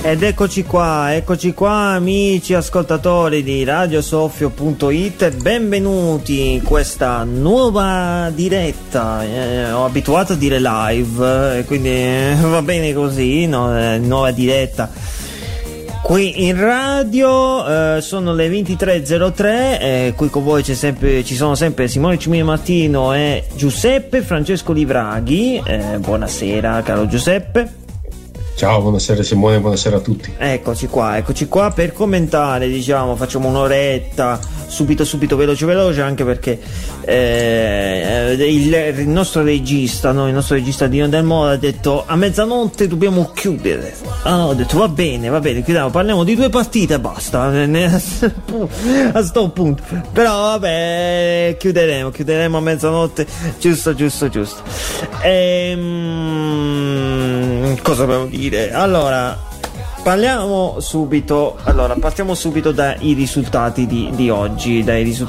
Ed eccoci qua amici ascoltatori di radiosoffio.it, benvenuti in questa nuova diretta. Ho abituato a dire live, quindi va bene così, no? Nuova diretta qui in radio. Sono le 23.03, qui con voi ci sono sempre Simone Cimino Martino e Giuseppe Francesco Livraghi. Buonasera caro Giuseppe. Ciao, buonasera Simone, buonasera a tutti. Eccoci qua per commentare, diciamo, facciamo un'oretta subito veloce, anche perché il nostro regista Dino Del Moro ha detto a mezzanotte dobbiamo chiudere. Ho detto va bene, chiudiamo, parliamo di 2 partite e basta a sto punto, però vabbè, chiuderemo a mezzanotte, giusto. Cosa dobbiamo dire? Allora, partiamo subito dai risultati di oggi,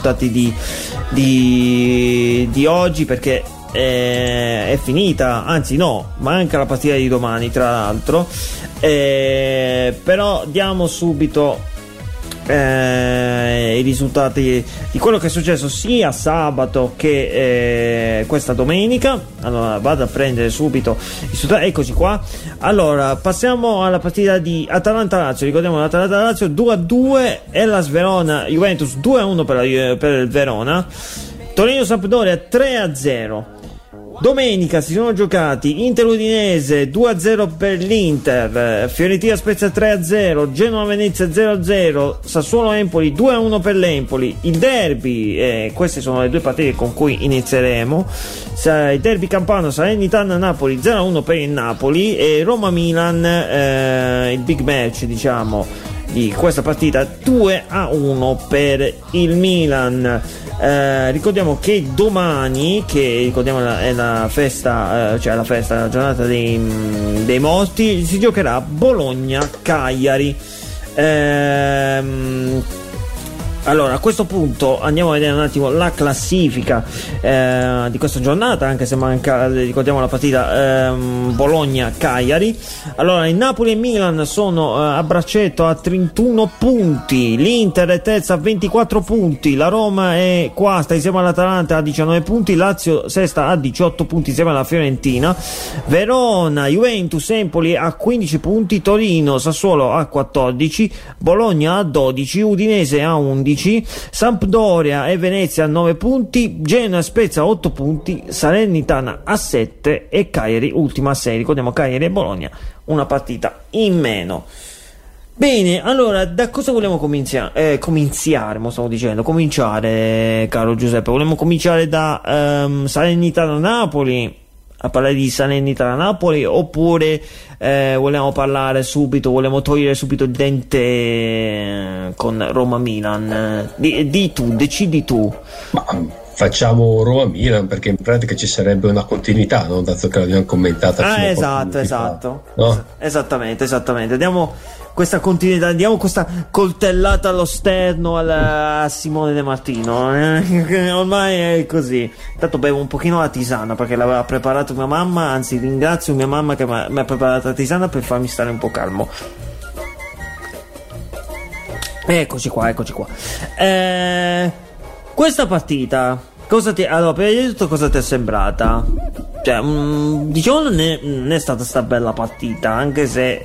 di oggi, perché è finita, anzi no, manca la partita di domani tra l'altro, però diamo subito i risultati di quello che è successo sia sabato che questa domenica. Allora vado a prendere subito i risultati, eccoci qua. Allora passiamo alla partita di Atalanta-Lazio. Ricordiamo l'Atalanta-Lazio 2-2 e la Verona Juventus 2-1 per il Verona. Torino-Sampdoria 3-0. Domenica si sono giocati Inter-Udinese 2-0 per l'Inter, Fiorentina-Spezia 3-0, Genoa-Venezia 0-0, Sassuolo-Empoli 2-1 per l'Empoli. Il derby, queste sono le 2 partite con cui inizieremo. Il derby campano, Salernitana-Napoli 0-1 per il Napoli, e Roma-Milan, il big match, diciamo, di questa partita 2-1 per il Milan. Ricordiamo che domani, è la festa, la giornata dei morti, si giocherà Bologna-Cagliari. Allora, a questo punto andiamo a vedere un attimo la classifica di questa giornata, anche se manca, ricordiamo, la partita Bologna-Cagliari. Allora, il Napoli e Milan sono a braccetto a 31 punti, l'Inter è terza a 24 punti, la Roma è quarta insieme all'Atalanta a 19 punti, Lazio sesta a 18 punti insieme alla Fiorentina, Verona, Juventus, Empoli a 15 punti, Torino, Sassuolo a 14, Bologna a 12, Udinese a 11, Sampdoria e Venezia a 9 punti, Genoa e Spezia a 8 punti, Salernitana a 7 e Cagliari ultima a 6. Ricordiamo Cagliari e Bologna una partita in meno. Bene, allora da cosa vogliamo cominciare, caro Giuseppe? Vogliamo cominciare da Salernitana-Napoli, a parlare di Salernitana-Napoli, oppure vogliamo togliere subito il dente con Roma-Milan? Decidi tu. Ma facciamo Roma-Milan, perché in pratica ci sarebbe una continuità, no? Dato che l'abbiamo commentata. Esatto. No? Esattamente. Diamo questa continuità, diamo questa coltellata allo sterno a Simone De Martino. Ormai è così. Intanto bevo un pochino la tisana perché l'aveva preparato mia mamma, anzi ringrazio mia mamma che mi ha preparato la tisana per farmi stare un po' calmo. Eccoci qua. Questa partita, allora, prima di tutto, cosa ti è sembrata? Cioè, diciamo, non è stata sta bella partita, anche se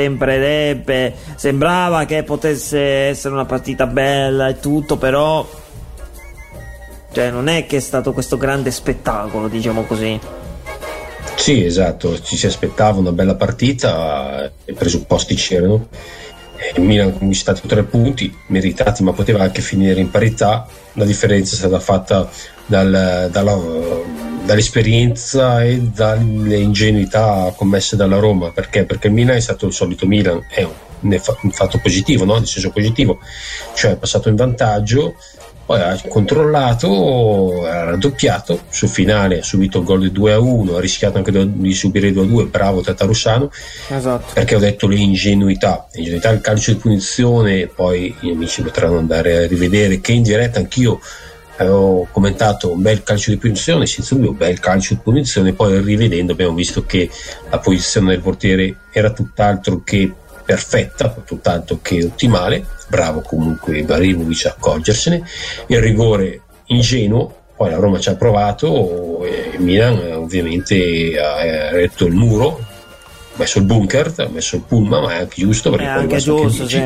sembrava che potesse essere una partita bella e tutto, però cioè non è che è stato questo grande spettacolo, diciamo così. Sì, esatto, ci si aspettava una bella partita, i presupposti c'erano. Il Milan ha conquistato 3 punti meritati, ma poteva anche finire in parità. La differenza è stata fatta dall'esperienza e dalle ingenuità commesse dalla Roma. Perché il Milan è stato il solito Milan, è un fatto positivo, no? Nel senso positivo, cioè è passato in vantaggio, poi ha controllato, ha raddoppiato sul finale, ha subito il gol di 2-1, ha rischiato anche di subire 2-2, bravo Tatarussano. Esatto. Perché ho detto l'ingenuità, il calcio di punizione. Poi gli amici potranno andare a rivedere che in diretta anch'io avevo commentato un bel calcio di punizione, senza dubbio un bel calcio di punizione. Poi rivedendo abbiamo visto che la posizione del portiere era tutt'altro che perfetta, tutt'altro che ottimale, bravo comunque Ibrahimovic a accorgersene, il rigore ingenuo, poi la Roma ci ha provato e Milan ovviamente ha retto il muro, ha messo il bunker, ha messo il pullman, ma è anche giusto, perché poi anche giusto, sì.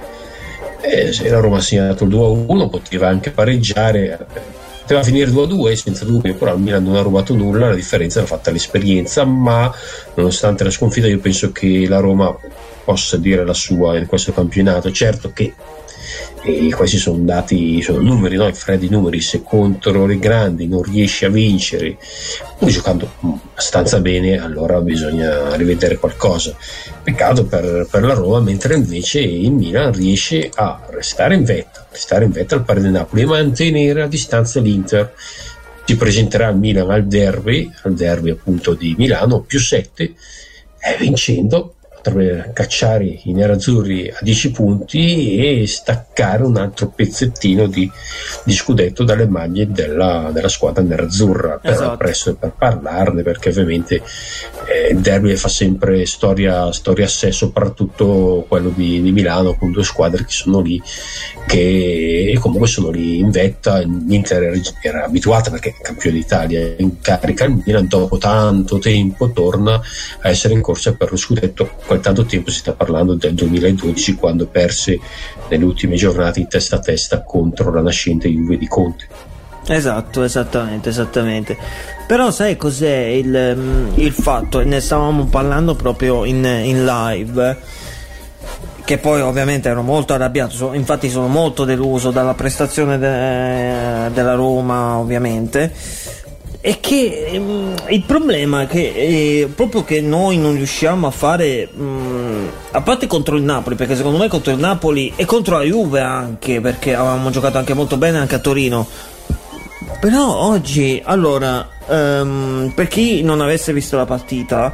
Se la Roma ha segnato il 2-1 poteva anche pareggiare, poteva finire 2-2 senza dubbio, però il Milan non ha rubato nulla, la differenza l'ha fatta l'esperienza, ma nonostante la sconfitta io penso che la Roma possa dire la sua in questo campionato. Certo che questi sono dati, sono numeri, no? I freddi numeri. Se contro le grandi non riesci a vincere, poi giocando abbastanza bene, allora bisogna rivedere qualcosa. Peccato per la Roma, mentre invece il Milan riesce a restare in vetta al pari del Napoli e mantenere a distanza l'Inter. Si presenterà il Milan al derby appunto di Milano, +7, e vincendo potrebbe cacciare i nerazzurri a 10 punti e staccare un altro pezzettino di scudetto dalle maglie della squadra nerazzurra. Però esatto. È presto per parlarne, perché ovviamente il derby fa sempre storia a sé, soprattutto quello di Milano, con due squadre che sono lì, che comunque sono lì in vetta. L'Inter era abituata, perché è campione d'Italia, in carica. Il Milan dopo tanto tempo torna a essere in corsa per lo scudetto. Tanto tempo si sta parlando del 2012, quando perse nelle ultime giornate in testa a testa contro la nascente Juve di Conte. Esatto, esattamente. Però sai cos'è il fatto, e ne stavamo parlando proprio in live, che poi ovviamente ero molto arrabbiato, infatti sono molto deluso dalla prestazione della Roma, ovviamente. E che il problema è che proprio che noi non riusciamo a fare, a parte contro il Napoli, perché secondo me contro il Napoli e contro la Juve anche, perché avevamo giocato anche molto bene anche a Torino. Però oggi, allora, per chi non avesse visto la partita,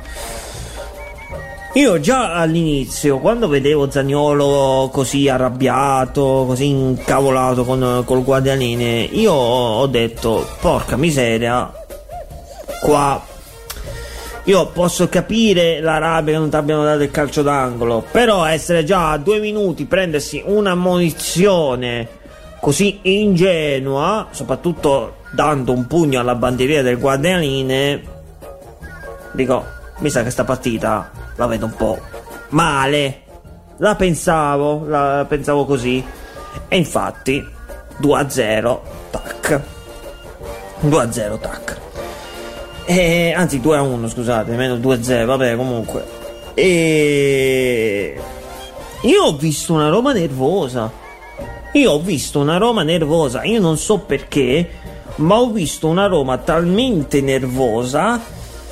io già all'inizio, quando vedevo Zaniolo così arrabbiato, così incavolato col guardialine, io ho detto, porca miseria, qua io posso capire la rabbia che non ti abbiano dato il calcio d'angolo, però essere già a 2 minuti, prendersi una munizione così ingenua, soprattutto dando un pugno alla bandierina del guardialine, dico, mi sa che sta partita la vedo un po' male, la pensavo così, e infatti 2-0 tac, 2-0 tac, anzi 2-1, scusate, meno 2-0, vabbè, comunque. E io ho visto una Roma nervosa, io non so perché, ma ho visto una Roma talmente nervosa,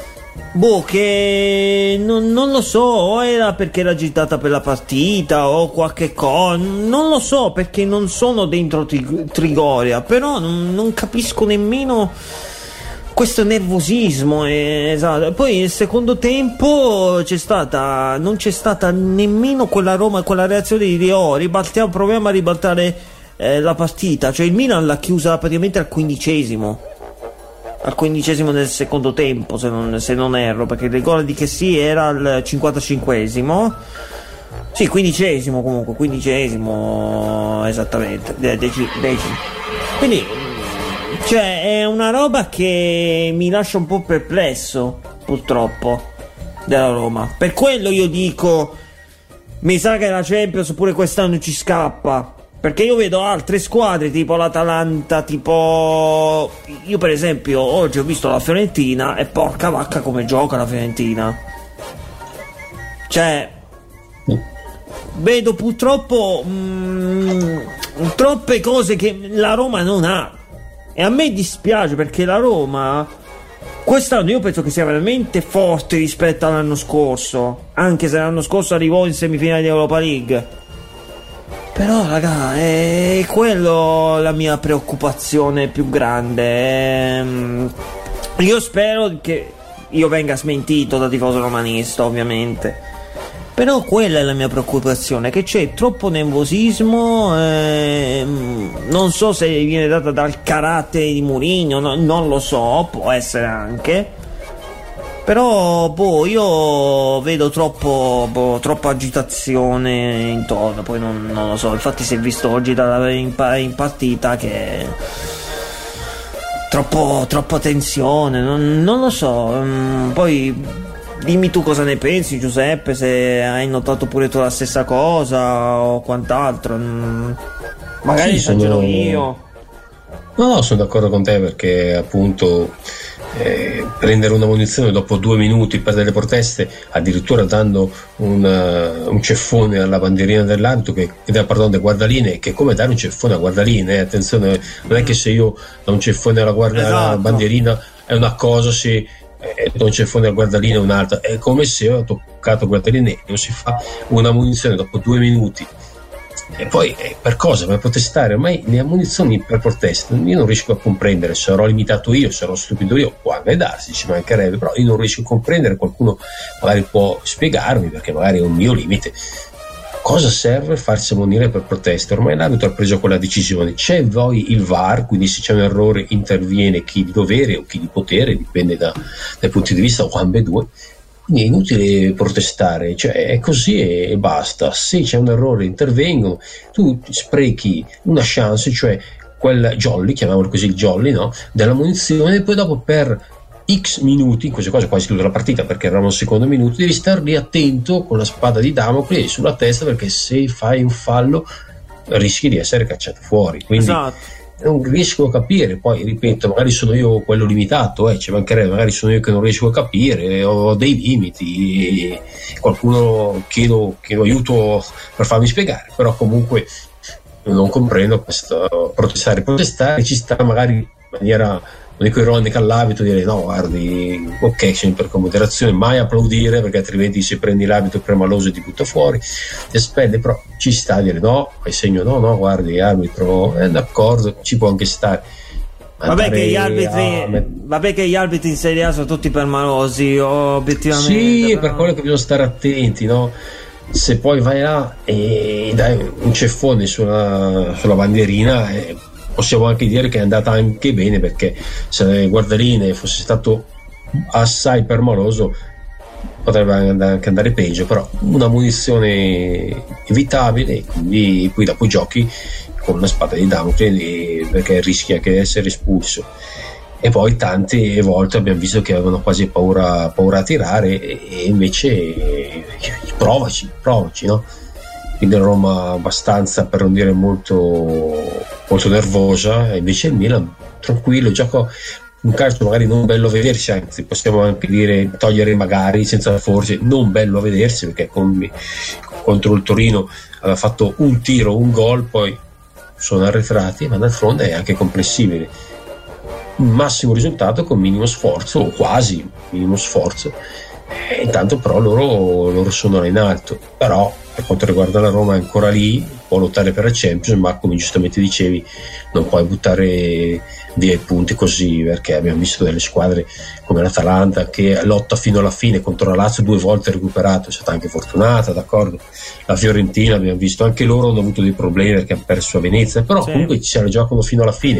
che non lo so, o era perché era agitata per la partita o qualche cosa, non lo so, perché non sono dentro Trigoria, però non capisco nemmeno questo nervosismo. Esatto. Poi nel secondo tempo non c'è stata nemmeno quella Roma, quella reazione di proviamo a ribaltare la partita, cioè il Milan l'ha chiusa praticamente al 15esimo del secondo tempo, se non erro, perché il rigore di Kessie era al 55esimo, sì, 15esimo, comunque 15esimo esattamente, decimo. Quindi cioè è una roba che mi lascia un po' perplesso, purtroppo, della Roma. Per quello io dico, mi sa che la Champions pure quest'anno ci scappa, perché io vedo altre squadre tipo l'Atalanta, tipo io per esempio oggi ho visto la Fiorentina e porca vacca come gioca la Fiorentina, cioè vedo purtroppo troppe cose che la Roma non ha, e a me dispiace, perché la Roma quest'anno io penso che sia veramente forte rispetto all'anno scorso, anche se l'anno scorso arrivò in semifinale di Europa League. Però raga, è quello la mia preoccupazione più grande. Io spero che io venga smentito da tifoso romanista, ovviamente, però quella è la mia preoccupazione, che c'è troppo nervosismo, non so se viene data dal carattere di Mourinho, non lo so, può essere anche, Però io vedo troppa agitazione intorno, poi non lo so, infatti si è visto oggi in partita che troppa tensione, non lo so. Poi dimmi tu cosa ne pensi, Giuseppe, se hai notato pure tu la stessa cosa o quant'altro. Magari Sì, esagero io. No, sono d'accordo con te, perché appunto prendere una munizione dopo 2 minuti per delle proteste, addirittura dando un ceffone alla bandierina dell'arbitro, pardon, del guardaline, che è come dare un ceffone a guardaline, attenzione, non è che se io do un ceffone alla bandierina è una cosa, se do un ceffone al guardaline è un'altra, è come se ho toccato il guardaline. Non si fa una munizione dopo 2 minuti. E poi per cosa? Per protestare? Ormai le ammunizioni per protesta io non riesco a comprendere. Sarò limitato io, sarò stupido io, può anche darsi, ci mancherebbe, però io non riesco a comprendere. Qualcuno magari può spiegarmi, perché magari è un mio limite. Cosa serve farsi ammonire per protesta? Ormai l'arbitro ha preso quella decisione, c'è poi il VAR, quindi se c'è un errore interviene chi di dovere o chi di potere, dipende dai punti di vista, o ambedue. Quindi è inutile protestare, cioè è così e basta. Se c'è un errore intervengono, tu sprechi una chance, cioè quel jolly, chiamiamolo così, il jolly, no? Della munizione, e poi dopo per X minuti, in queste cose quasi chiude la partita perché eravamo al secondo minuto, devi star lì attento con la spada di Damocle sulla testa, perché se fai un fallo rischi di essere cacciato fuori. Quindi non riesco a capire, poi ripeto, magari sono io quello limitato, ci mancherebbe, magari sono io che non riesco a capire, ho dei limiti, qualcuno chiedo aiuto per farmi spiegare, però comunque non comprendo questo protestare ci sta magari in maniera, non dico ironica, all'abito, dire no, guardi, ok, sempre con moderazione, mai applaudire, perché altrimenti se prendi l'abito premaloso e ti butta fuori, ti spende, però ci sta a dire no, fai segno no, guardi, arbitro, d'accordo, ci può anche stare. Vabbè che gli arbitri in Serie A sono tutti permalosi, obiettivamente. Sì, però... per quello che bisogna stare attenti, no? Se poi vai là e dai un ceffone sulla bandierina, possiamo anche dire che è andata anche bene, perché se il guardaline fosse stato assai permaloso potrebbe anche andare peggio, però una munizione evitabile, quindi poi dopo giochi con una spada di Damocle, perché rischia anche di essere espulso. E poi tante volte abbiamo visto che avevano quasi paura a tirare, e invece provaci, no? Quindi la Roma abbastanza, per non dire molto nervosa, e invece il Milan tranquillo, gioco un calcio magari non bello a vedersi, anzi possiamo anche dire togliere magari senza forse, non bello a vedersi, perché contro il Torino aveva fatto un tiro, un gol, poi sono arretrati, ma d'altronde è anche comprensibile. Un massimo risultato con minimo sforzo, o quasi minimo sforzo, e intanto però loro sono là in alto. Però per quanto riguarda la Roma è ancora lì, può lottare per la Champions, ma come giustamente dicevi non puoi buttare via i punti così, perché abbiamo visto delle squadre come l'Atalanta che lotta fino alla fine contro la Lazio, 2 volte recuperato, è stata anche fortunata, d'accordo. La Fiorentina abbiamo visto, anche loro hanno avuto dei problemi perché hanno perso a Venezia, però sì, comunque ci se la giocano fino alla fine.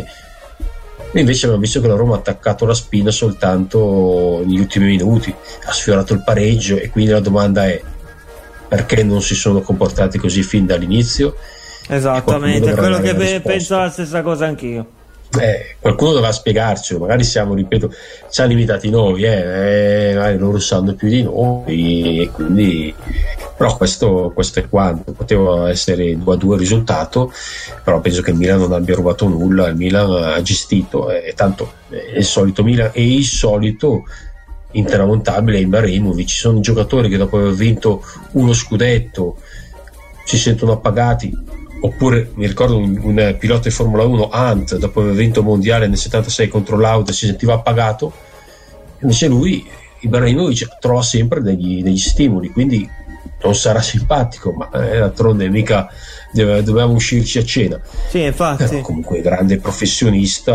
E invece abbiamo visto che la Roma ha attaccato la spina soltanto negli ultimi minuti, ha sfiorato il pareggio, e quindi la domanda è: perché non si sono comportati così fin dall'inizio? Esattamente, è quello che penso la stessa cosa anch'io. Qualcuno dovrà spiegarci, magari siamo limitati noi, magari loro sanno più di noi, e quindi però questo è quanto. Poteva essere 2-2 il risultato, però penso che il Milan non abbia rubato nulla, il Milan ha gestito, tanto è il solito Milan, e il solito intramontabile Ibrahimovic. Ci sono giocatori che dopo aver vinto uno scudetto si sentono appagati, oppure mi ricordo un pilota di Formula 1, Hunt, dopo aver vinto il mondiale nel 76 contro l'Audi, si sentiva appagato, invece lui, Ibrahimovic, trova sempre degli stimoli, quindi non sarà simpatico, ma d'altronde mica dovevamo uscirci a cena. Sì, infatti. Però comunque grande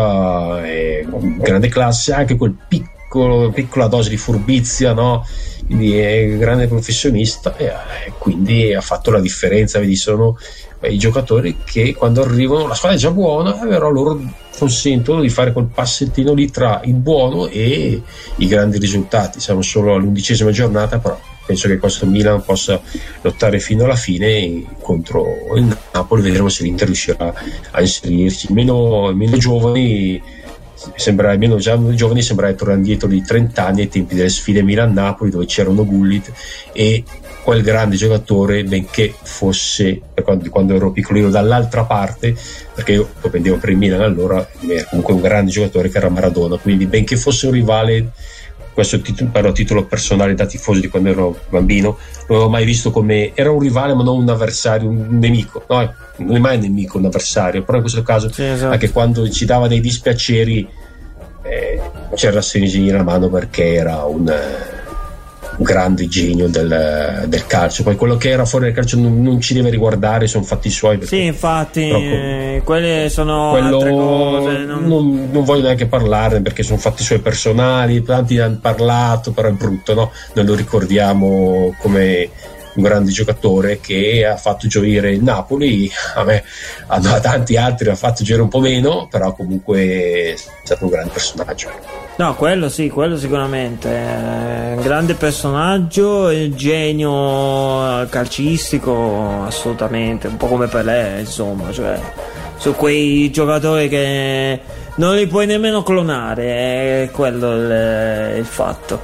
professionista, grande classe, anche quel piccola dose di furbizia, no? quindi è un grande professionista e quindi ha fatto la differenza. Vedi, sono i giocatori che quando arrivano la squadra è già buona, però loro consentono di fare quel passettino lì tra il buono e i grandi risultati. Siamo solo all'11ª giornata, però penso che questo Milan possa lottare fino alla fine contro il Napoli. Vedremo se l'Inter riuscirà a inserirsi. Meno giovani sembra, meno giovani sembrare tornare indietro di 30 anni ai tempi delle sfide Milan-Napoli, dove c'erano Gullit e quel grande giocatore, benché fosse, quando ero piccolino, dall'altra parte, perché io propendevo per il Milan allora, era comunque un grande giocatore che era Maradona, quindi benché fosse un rivale, questo parlo a titolo personale da tifoso di quando ero bambino, non l'avevo mai visto come, era un rivale ma non un avversario, un nemico, no? Non è mai un nemico, un avversario, però in questo caso sì, esatto. Anche quando ci dava dei dispiaceri c'era da stringergli la mano, perché era un grande genio del calcio. Poi quello che era fuori del calcio non ci deve riguardare, sono fatti suoi. Sì, infatti, quelle sono altre cose. Non voglio neanche parlarne, perché sono fatti suoi personali. Tanti hanno parlato, però è brutto, no? Noi lo ricordiamo come un grande giocatore che ha fatto gioire il Napoli. A tanti altri ha fatto gioire un po' meno, però comunque è stato un grande personaggio. No, quello sì, quello sicuramente. Un grande personaggio, genio calcistico, assolutamente. Un po' come Pelé, insomma. Cioè, su quei giocatori che non li puoi nemmeno clonare, è quello il fatto.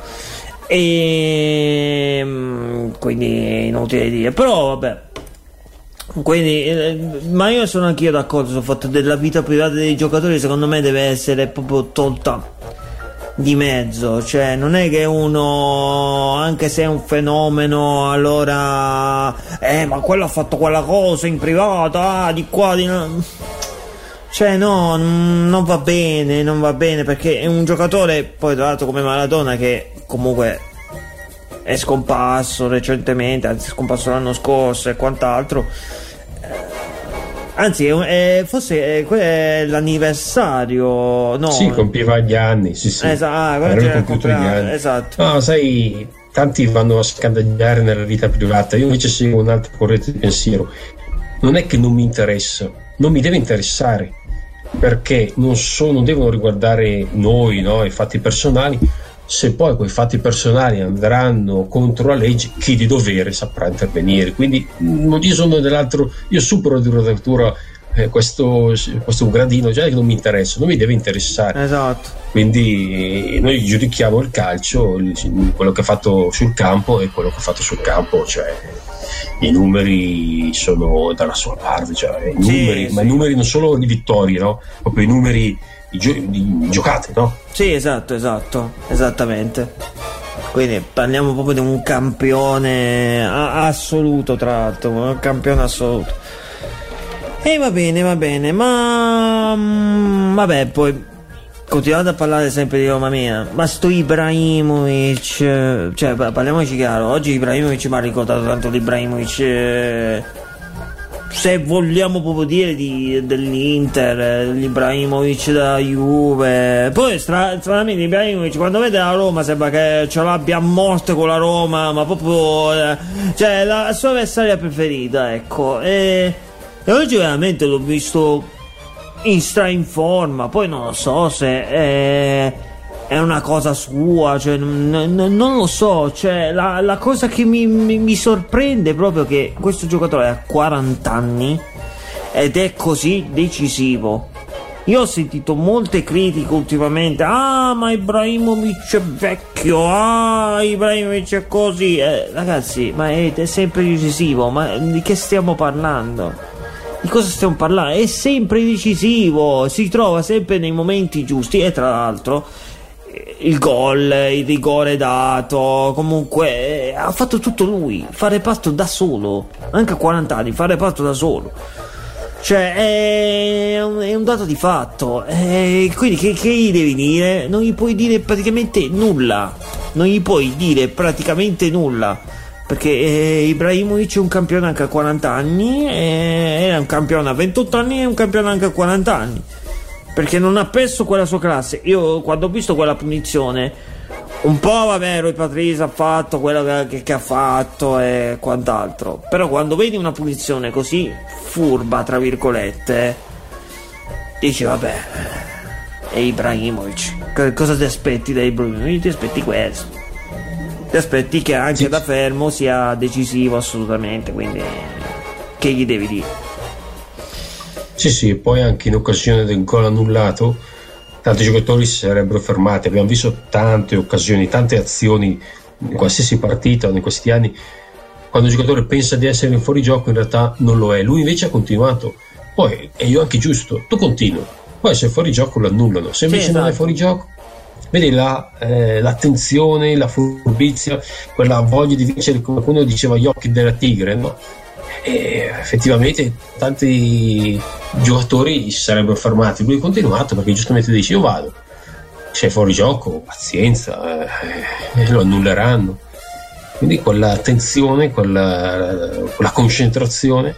E quindi è inutile dire, però vabbè. Quindi, ma io sono anch'io d'accordo sul fatto della vita privata dei giocatori. Secondo me deve essere proprio tolta di mezzo, cioè non è che uno, anche se è un fenomeno, allora ma quello ha fatto quella cosa in privato, di qua, di là. Cioè no, non va bene, perché è un giocatore, poi tra l'altro come Maradona, che comunque è scomparso recentemente, anzi è scomparso l'anno scorso e quant'altro. Anzi, forse è l'anniversario, no? Sì, compiva gli anni, sì. Avrebbe compiuto gli anni. Esatto. No, sai, tanti vanno a scandagliare nella vita privata. Io invece seguo un'altra corrente di pensiero. Non è che non mi interessa, non mi deve interessare, perché non devono riguardare noi, no? I fatti personali. Se poi quei fatti personali andranno contro la legge, chi di dovere saprà intervenire. Quindi non ci sono dell'altro, io supero addirittura questo gradino, già che non mi interessa, non mi deve interessare. Esatto. Quindi noi giudichiamo il calcio, quello che ha fatto sul campo e quello che ha fatto sul campo, cioè i numeri sono dalla sua parte, cioè ma i numeri non solo di vittorie, no? Proprio i numeri di giocate, no? Sì, esatto, esattamente. Quindi parliamo proprio di un campione assoluto, tra l'altro, un campione assoluto. E va bene, ma vabbè, poi continuando a parlare sempre di Roma mia, ma sto Ibrahimovic, cioè parliamoci chiaro, oggi Ibrahimovic mi ha ricordato tanto di Ibrahimovic, se vogliamo proprio dire dell'Inter, l'Ibrahimovic della Juve. Poi stranamente Ibrahimovic quando vede la Roma sembra che ce l'abbia a morte con la Roma, ma proprio cioè la sua avversaria preferita, ecco. E oggi veramente l'ho visto in forma. Poi non lo so se è una cosa sua, cioè non lo so, cioè la cosa che mi sorprende proprio che questo giocatore ha 40 anni ed è così decisivo. Io ho sentito molte critiche ultimamente, ma Ibrahimovic è vecchio, Ibrahimovic è così, ragazzi, ma è sempre decisivo, ma di che stiamo parlando? Di cosa stiamo parlando? È sempre decisivo, si trova sempre nei momenti giusti e tra l'altro il gol, il rigore dato, comunque ha fatto tutto lui, fa reparto da solo, anche a 40 anni fa reparto da solo, cioè è un dato di fatto, quindi che gli devi dire? Non gli puoi dire praticamente nulla, perché Ibrahimovic è un campione anche a 40 anni, è un campione a 28 anni e un campione anche a 40 anni, perché non ha perso quella sua classe. Io quando ho visto quella punizione un po', vabbè, Rui Patricio ha fatto quello che ha fatto e quant'altro, però quando vedi una punizione così furba, tra virgolette, dici vabbè, è Ibrahimovic, cosa ti aspetti da Ibrahimovic? Ti aspetti questo, ti aspetti che anche da fermo sia decisivo assolutamente, quindi che gli devi dire? Sì, poi anche in occasione del gol annullato tanti giocatori si sarebbero fermati. Abbiamo visto tante occasioni, tante azioni in qualsiasi partita in questi anni, quando il giocatore pensa di essere in fuorigioco in realtà non lo è, lui invece ha continuato. Poi è io anche giusto, tu continui, poi se è fuorigioco lo annullano, se invece non è fuorigioco, vedi l'attenzione, la furbizia, quella voglia di vincere, come qualcuno diceva, gli occhi della tigre, no? E effettivamente tanti giocatori si sarebbero fermati, lui ha continuato perché giustamente dice io vado, se è fuori gioco pazienza, lo annulleranno. Quindi quella tensione, quella concentrazione,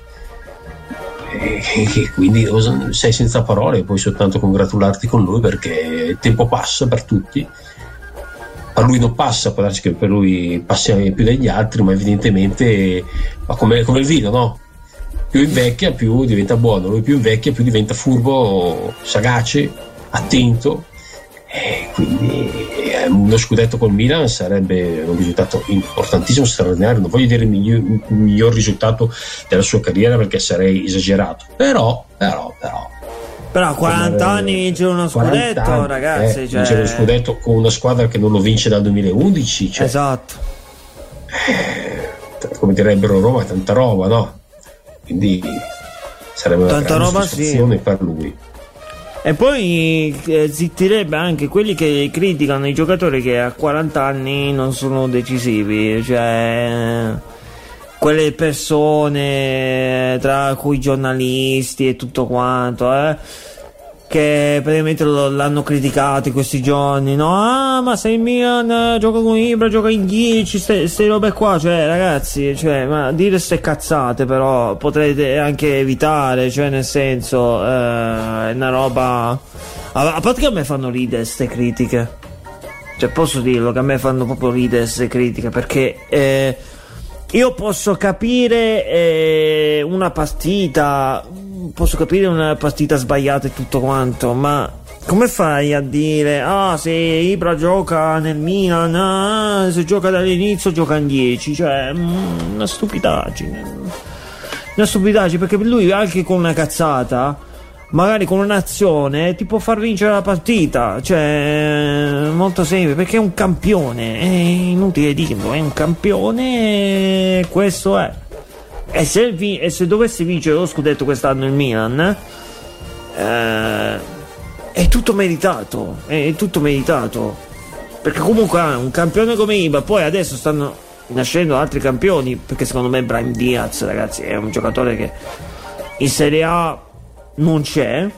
e quindi sei senza parole, puoi soltanto congratularti con lui perché il tempo passa per tutti. Per lui non passa, può darsi che per lui passi più degli altri, ma evidentemente come il vino, no? Più invecchia più diventa buono, lui più invecchia più diventa furbo, sagace, attento, e quindi uno scudetto col Milan sarebbe un risultato importantissimo, straordinario. Non voglio dire il miglior risultato della sua carriera perché sarei esagerato, però a 40 anni vincere uno scudetto, anni, ragazzi, vincere uno scudetto con una squadra che non lo vince dal 2011, cioè, esatto, come direbbero a Roma, tanta roba, no? Quindi sarebbe una tanta roba, soddisfazione per lui. E poi zittirebbe anche quelli che criticano i giocatori che a 40 anni non sono decisivi, cioè quelle persone, tra cui giornalisti e tutto quanto, che praticamente l'hanno criticato in questi giorni, no? Ah, ma se il Milan gioca con Ibra, gioca in 10, ste robe qua, cioè ragazzi, cioè, ma dire ste cazzate però potrete anche evitare, cioè nel senso, è una roba, a parte che a me fanno ridere ste critiche, cioè posso dirlo che a me fanno proprio ridere ste critiche, perché io posso capire una partita sbagliata e tutto quanto, ma come fai a dire se Ibra gioca nel Milan, se gioca dall'inizio gioca in 10, cioè una stupidaggine, perché per lui anche con una cazzata, magari con un'azione, ti può far vincere la partita, cioè molto semplice, perché è un campione, è inutile dirlo, è un campione, questo è. E se dovesse vincere lo scudetto quest'anno il Milan, è tutto meritato, perché comunque un campione come Ibra, poi adesso stanno nascendo altri campioni, perché secondo me Brahim Diaz, ragazzi, è un giocatore che in Serie A non c'è.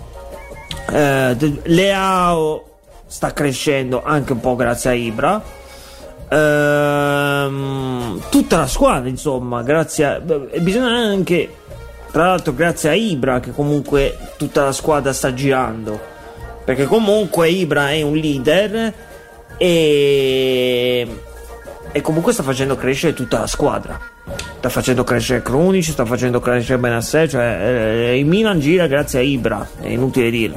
Leao sta crescendo anche un po' grazie a Ibra, tutta la squadra insomma bisogna anche, tra l'altro, grazie a Ibra che comunque tutta la squadra sta girando, perché comunque Ibra è un leader e comunque sta facendo crescere tutta la squadra, sta facendo crescere Krunic, sta facendo crescere Benacer, cioè il Milan gira grazie a Ibra, è inutile dirlo,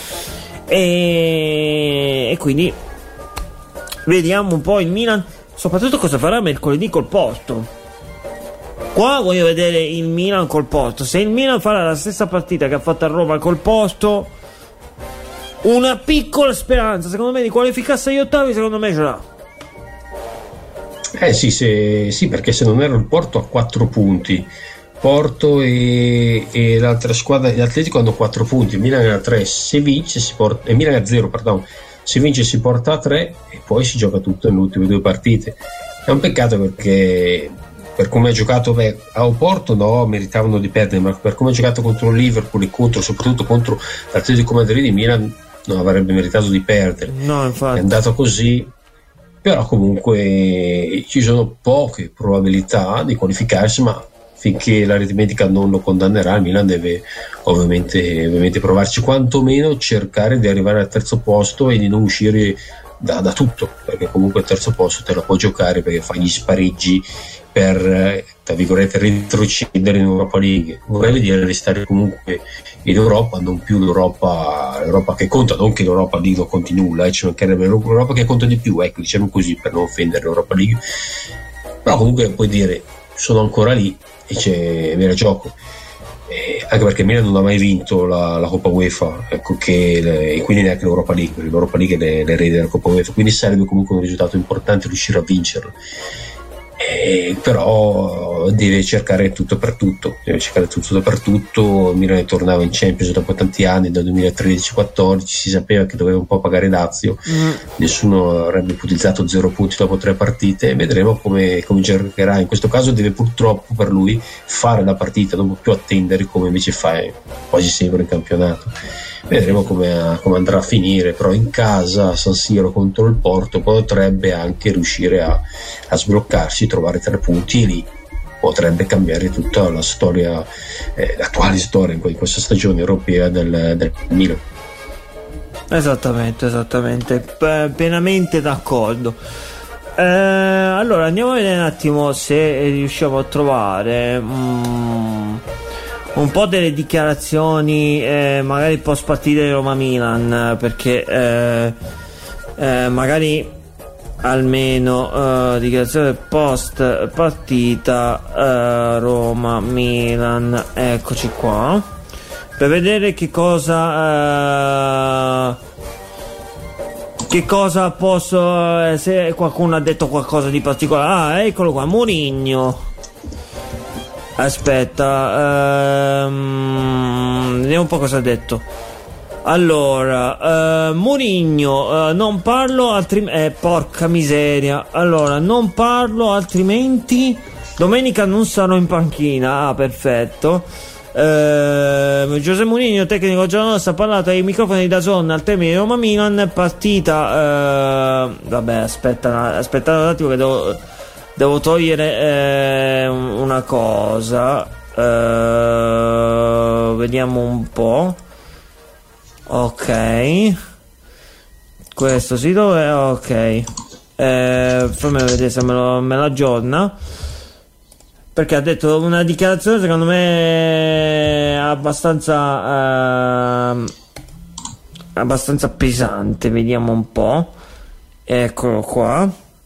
e quindi vediamo un po' il Milan, soprattutto cosa farà mercoledì col Porto. Qua voglio vedere il Milan col Porto. Se il Milan farà la stessa partita che ha fatto a Roma col Porto, una piccola speranza secondo me di qualificarsi agli ottavi, secondo me ce l'ha. Sì, perché se non erro il Porto ha 4 punti, Porto e l'altra squadra, l'Atletico, hanno 4 punti, il Milan ha 3, se vince si porta, e Milan ha 0, pardon, se vince si porta a 3 e poi si gioca tutto nelle ultime 2 partite. È un peccato perché per come ha giocato a Oporto meritavano di perdere, ma per come ha giocato contro il Liverpool e soprattutto contro l'Atletico Madrid, il Milan non avrebbe meritato di perdere. No, infatti. È andato così, però comunque ci sono poche probabilità di qualificarsi, ma finché l'aritmetica non lo condannerà, il Milan deve ovviamente provarci, quantomeno cercare di arrivare al terzo posto e di non uscire da tutto, perché comunque il terzo posto te la può giocare, perché fai gli spareggi per, tra virgolette, retrocedere in Europa League. Vorrei vedere restare comunque in Europa, non più l'Europa che conta, non che l'Europa League non conti nulla, ci mancherebbe, l'Europa che conta di più, ecco, diciamo così, per non offendere l'Europa League, però comunque puoi dire sono ancora lì e c'è vero gioco. Anche perché Milan non ha mai vinto la Coppa UEFA, ecco, e quindi neanche l'Europa League, perché l'Europa League è l'erede della Coppa UEFA, quindi sarebbe comunque un risultato importante riuscire a vincerlo. Però deve cercare tutto per tutto. Milan tornava in Champions dopo tanti anni, dal 2013-14 si sapeva che doveva un po' pagare dazio, nessuno avrebbe ipotizzato 0 punti dopo 3 partite. Vedremo come giocherà. In questo caso deve purtroppo per lui fare la partita, non può più attendere come invece fa quasi sempre in campionato. Vedremo come andrà a finire, però in casa a San Siro contro il Porto potrebbe anche riuscire a sbloccarsi, trovare 3 punti, e lì potrebbe cambiare tutta la storia, l'attuale storia in questa stagione europea del Milan. Esattamente, pienamente d'accordo. Allora andiamo a vedere un attimo se riusciamo a trovare un po' delle dichiarazioni magari post partita di Roma-Milan, perché magari almeno dichiarazione post partita Roma-Milan, eccoci qua, per vedere che cosa posso, se qualcuno ha detto qualcosa di particolare. Eccolo qua, Mourinho. Aspetta, vediamo un po' cosa ha detto. Allora, Mourinho, non parlo altrimenti, porca miseria. Allora, non parlo altrimenti domenica non sarò in panchina. Ah, perfetto. José Mourinho, tecnico giallorosso, ha parlato ai microfoni di DAZN al termine di Roma-Milan, partita vabbè, aspetta un attimo che devo togliere una cosa. Vediamo un po'. Ok, questo sito è ok. Fammi vedere se me lo aggiorna, perché ha detto una dichiarazione secondo me abbastanza pesante. Vediamo un po'. Eccolo qua.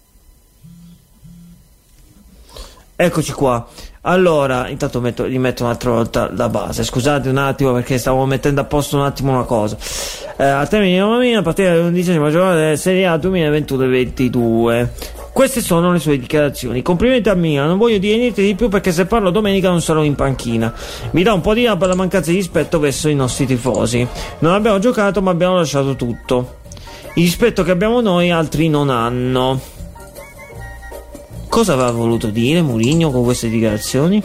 Eccoci qua. Allora, intanto rimetto un'altra volta la base. Scusate un attimo perché stavo mettendo a posto un attimo una cosa. A termine di Roma-Milan, a partire dall'11ª giornata della Serie A 2021-22. Queste sono le sue dichiarazioni. Complimenti a Milan, non voglio dire niente di più perché se parlo domenica non sarò in panchina. Mi dà un po' di rabbia per la mancanza di rispetto verso i nostri tifosi. Non abbiamo giocato ma abbiamo lasciato tutto. Il rispetto che abbiamo noi altri non hanno. Cosa aveva voluto dire Mourinho con queste dichiarazioni?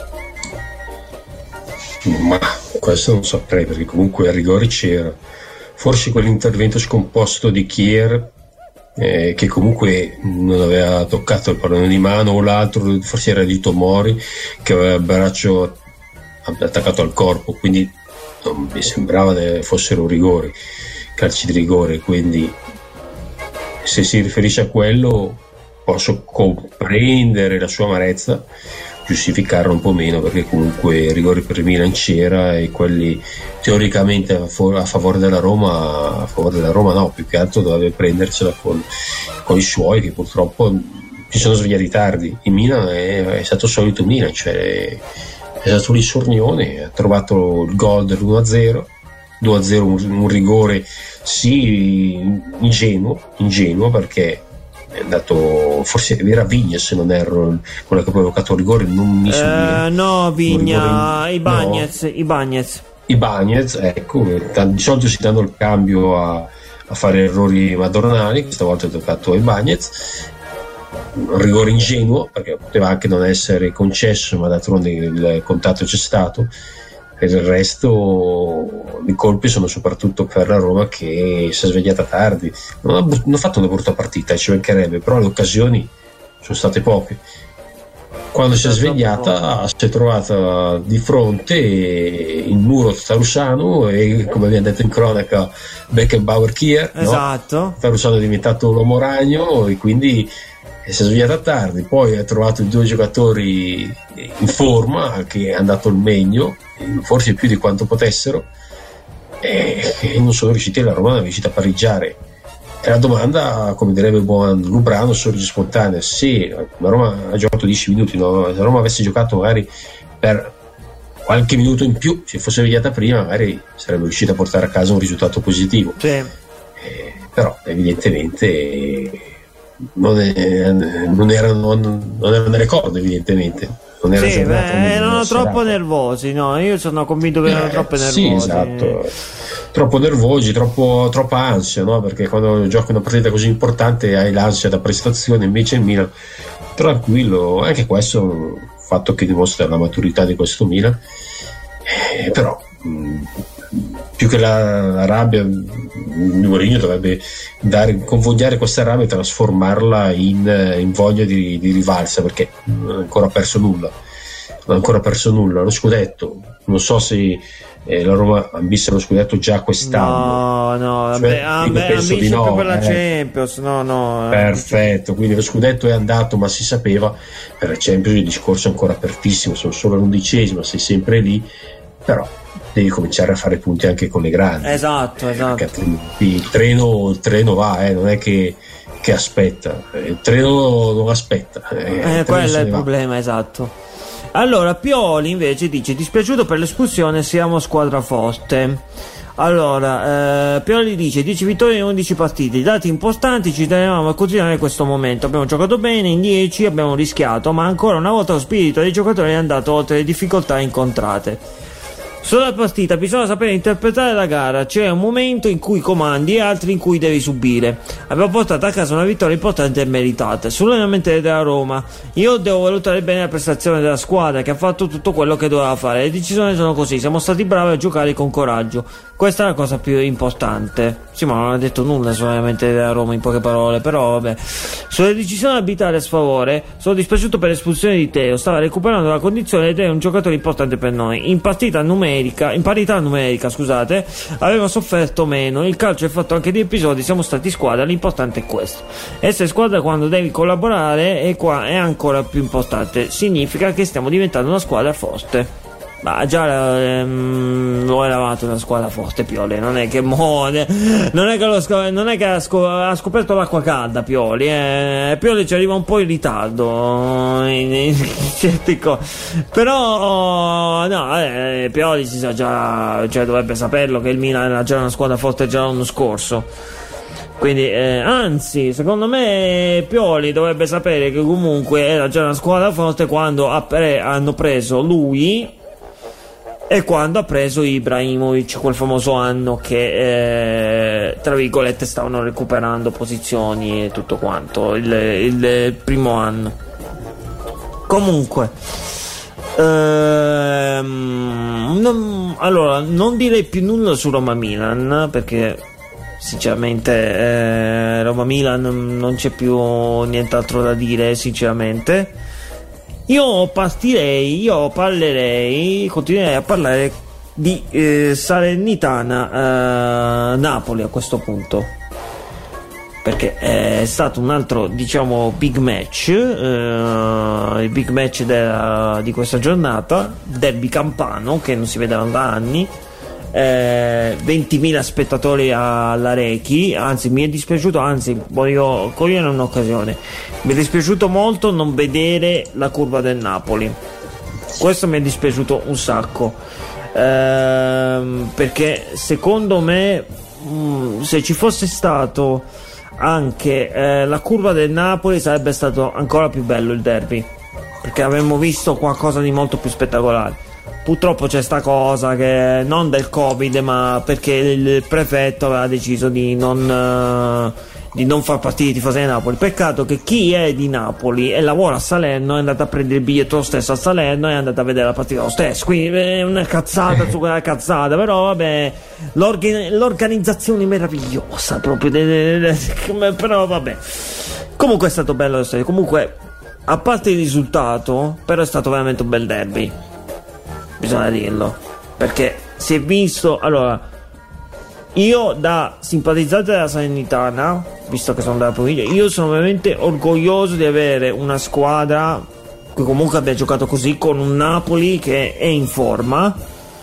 Ma questo non saprei, perché comunque a rigore c'era. Forse quell'intervento scomposto di Kier, che comunque non aveva toccato il pallone di mano, o l'altro forse era di Tomori che aveva il braccio attaccato al corpo, quindi non mi sembrava che fossero rigori, calci di rigore. Quindi se si riferisce a quello posso comprendere la sua amarezza, giustificarla un po' meno, perché comunque rigori per il Milan c'era, e quelli teoricamente a favore della Roma no, più che altro doveva prendersela con i suoi, che purtroppo si sono svegliati tardi. Il Milan è stato il solito Milan, cioè è stato lì sornione, ha trovato il gol dell'1-0, 2-0, un rigore sì ingenuo, perché è andato, forse era Vigna se non erro, quello che ha provocato il rigore, non mi so no, Vigna, Ibañez, ecco, di solito si danno il cambio a fare errori madornali, questa volta è toccato a Ibañez, un rigore ingenuo perché poteva anche non essere concesso, ma d'altronde il contatto c'è stato. Per il resto i colpi sono soprattutto per la Roma, che si è svegliata tardi, non ha fatto una brutta partita, ci mancherebbe, però le occasioni sono state poche. Quando si è svegliata si è trovata di fronte il muro Tarussano e, come abbiamo detto in cronaca, Beckenbauer Kier, esatto, no? Tarussano è diventato l'uomo ragno e quindi si è svegliata tardi, poi ha trovato i due giocatori in forma che è andato il meglio, forse più di quanto potessero, e non sono riusciti, la Roma non è riuscita a pareggiare. E la domanda, come direbbe il buon Lubrano, sorge spontanea: se la Roma ha giocato 10 minuti, no? Se la Roma avesse giocato magari per qualche minuto in più, se fosse svegliata prima, magari sarebbe riuscita a portare a casa un risultato positivo. Sì. Però evidentemente non erano nelle corde, evidentemente. Non era erano troppo nervosi, no? Io sono convinto che erano troppo nervosi. Sì, esatto. Troppo nervosi, troppa ansia, no? Perché quando giochi una partita così importante hai l'ansia da prestazione, invece il Milan tranquillo, anche questo è un fatto che dimostra la maturità di questo Milan, però più che la rabbia, Mourinho dovrebbe convogliare questa rabbia e trasformarla in voglia di rivalsa, perché non ha ancora perso nulla. Lo scudetto, non so se la Roma ambisce lo scudetto già quest'anno. No, cioè, ambisce di no, più per la Champions. No. Perfetto, quindi lo scudetto è andato, ma si sapeva. Per la Champions il discorso è ancora apertissimo, sono solo all'11ª, sei sempre lì, però devi cominciare a fare punti anche con le grandi. Esatto. Perché il treno va, non è che aspetta, il treno non aspetta. Quello è il problema, esatto. Allora, Pioli invece dice: dispiaciuto per l'espulsione, siamo squadra forte. Allora, Pioli dice: 10 vittorie in 11 partite, dati importanti, ci tenevamo a continuare questo momento, abbiamo giocato bene, in 10 abbiamo rischiato, ma ancora una volta lo spirito dei giocatori è andato oltre le difficoltà incontrate. Sulla partita bisogna sapere interpretare la gara, c'è un momento in cui comandi e altri in cui devi subire. Abbiamo portato a casa una vittoria importante e meritata. Sull'allenamento della Roma, io devo valutare bene la prestazione della squadra che ha fatto tutto quello che doveva fare, le decisioni sono così, siamo stati bravi a giocare con coraggio, questa è la cosa più importante. Sì, ma non ha detto nulla sull'allenamento della Roma, in poche parole, però vabbè. Sulle decisioni arbitrali a sfavore, sono dispiaciuto per l'espulsione di Teo, stava recuperando la condizione ed è un giocatore importante per noi. In parità numerica, scusate, aveva sofferto meno, il calcio è fatto anche di episodi, siamo stati squadra, l'importante è questo. Essere squadra quando devi collaborare e qua è ancora più importante, significa che stiamo diventando una squadra forte. Ma già lo eravate una squadra forte, Pioli, non è che ha scoperto l'acqua calda, Pioli Pioli ci arriva un po' in ritardo in certi cose, però no, Pioli si sa già, cioè dovrebbe saperlo che il Milan era già una squadra forte già l'anno scorso. Quindi anzi, secondo me Pioli dovrebbe sapere che comunque era già una squadra forte quando hanno preso lui e quando ha preso Ibrahimovic, quel famoso anno che tra virgolette stavano recuperando posizioni e tutto quanto, il primo anno. Comunque allora non direi più nulla su Roma-Milan, perché sinceramente Roma-Milan non c'è più nient'altro da dire, sinceramente. Io continuerei a parlare di Salernitana Napoli a questo punto, perché è stato un altro, diciamo, big match, il big match di questa giornata, derby campano che non si vedeva da anni. 20.000 spettatori alla Rechi, anzi mi è dispiaciuto, voglio cogliere un'occasione, mi è dispiaciuto molto non vedere la curva del Napoli, questo mi è dispiaciuto un sacco, perché secondo me se ci fosse stato anche la curva del Napoli sarebbe stato ancora più bello il derby, perché avremmo visto qualcosa di molto più spettacolare. Purtroppo c'è sta cosa che non del Covid, ma perché il prefetto aveva deciso di non far partire i tifosi di Napoli. Peccato che chi è di Napoli e lavora a Salerno è andato a prendere il biglietto lo stesso a Salerno e è andato a vedere la partita lo stesso, quindi è una cazzata su quella cazzata, però vabbè, l'organizzazione meravigliosa proprio però vabbè, comunque è stato bello lo stadio. Comunque a parte il risultato, però è stato veramente un bel derby, bisogna dirlo, perché si è visto. Allora, io da simpatizzante della Salernitana, visto che sono della provincia, io sono veramente orgoglioso di avere una squadra che comunque abbia giocato così, con un Napoli che è in forma,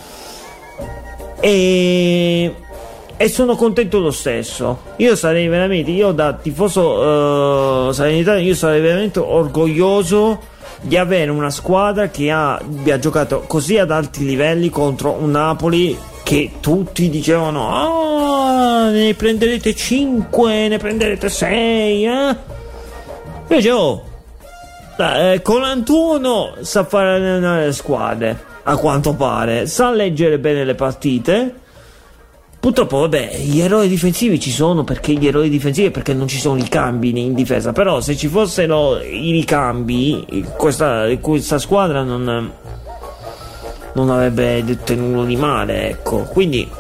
e sono contento lo stesso. Io sarei veramente, io da tifoso Salernitana, io sarei veramente orgoglioso di avere una squadra che abbia giocato così ad alti livelli contro un Napoli che tutti dicevano ne prenderete 5, ne prenderete 6, invece Colantuono sa fare allenare le squadre, a quanto pare sa leggere bene le partite. Purtroppo vabbè, gli errori difensivi ci sono, perché gli errori difensivi, perché non ci sono ricambi in difesa. Però se ci fossero i ricambi, questa squadra non avrebbe detto nulla di male, ecco. Quindi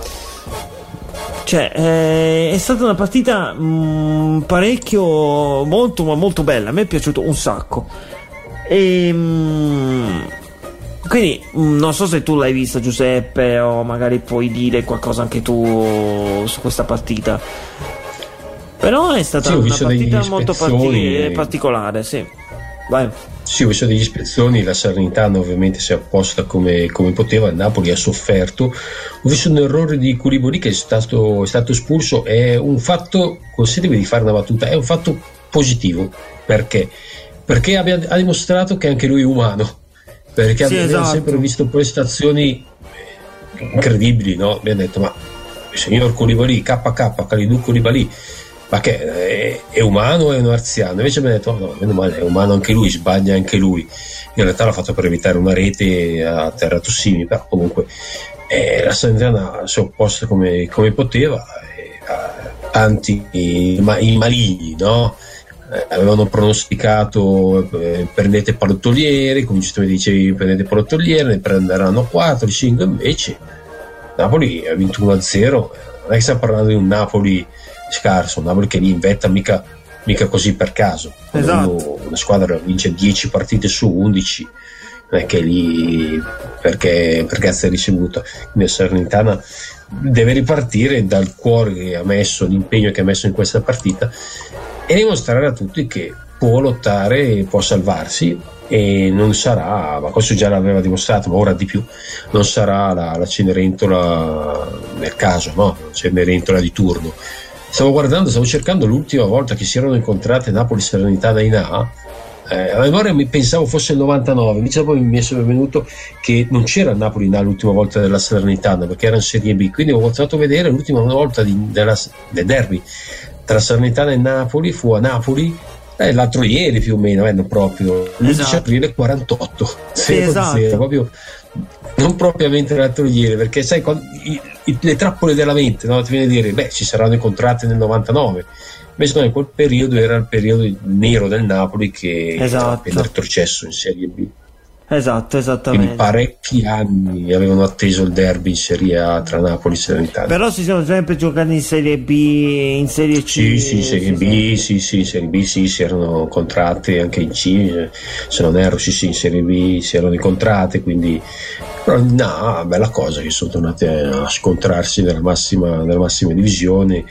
è stata una partita parecchio, molto ma molto bella. A me è piaciuto un sacco, quindi non so se tu l'hai vista, Giuseppe, o magari puoi dire qualcosa anche tu su questa partita. Però è stata una partita molto particolare, sì. Vai. Sì, ho visto degli spezzoni, la Salernitana ovviamente si è apposta come poteva, il Napoli ha sofferto. Ho visto un errore di Koulibaly che è stato espulso, è un fatto, consentimi di fare una battuta, è un fatto positivo, perché ha dimostrato che anche lui è umano, perché sì, abbiamo sempre visto prestazioni incredibili, no? Abbiamo detto, ma il signor Koulibaly, Kalidou Koulibaly, ma che è umano o è un marziano? Invece mi ha detto no, meno male, è umano anche lui, sbaglia anche lui. In realtà l'ha fatto per evitare una rete a terra Tossini, però comunque la Salernitana si è opposta come poteva. Tanti i maligni, no? Avevano pronosticato prendete Palottoliere, come giustamente dicevi, prendete Palottoliere, ne prenderanno 4, 5, invece Napoli ha vinto 1-0. Non è che stiamo parlando di un Napoli scarso, un Napoli che li inventa mica così per caso. Esatto. Una squadra vince 10 partite su 11, non è che lì perché cazzo è ricevuta. Quindi la Salernitana deve ripartire dal cuore che ha messo, l'impegno che ha messo in questa partita, e dimostrare a tutti che può lottare e può salvarsi, e non sarà, ma questo già l'aveva dimostrato, ma ora di più, non sarà la Cenerentola nel caso, no? La Cenerentola di turno. Stavo cercando l'ultima volta che si erano incontrate Napoli e Salernitana in A. A memoria mi pensavo fosse il 99, invece poi mi è venuto che non c'era il Napoli in A l'ultima volta della Salernitana, perché era in Serie B, quindi ho continuato a vedere l'ultima volta del derby tra Salernitana e Napoli, fu a Napoli l'altro ieri più o meno, non proprio, l'11 aprile 48, sì, esatto. Proprio, non propriamente l'altro ieri, perché sai le trappole della mente, no? Ti viene a dire ci saranno incontrate nel 99, invece in quel periodo era il periodo nero del Napoli che era appena retrocesso in Serie B. Esatto, esattamente. Quindi parecchi anni avevano atteso il derby in Serie A tra Napoli e Salernitana. Però si sono sempre giocati in Serie B, in Serie C. Sì, Serie B, sì, Serie B, sì, si erano incontrati anche in C, se non erro, sì, in Serie B si erano incontrate, quindi però no, bella cosa che sono tornati a scontrarsi nella massima divisione.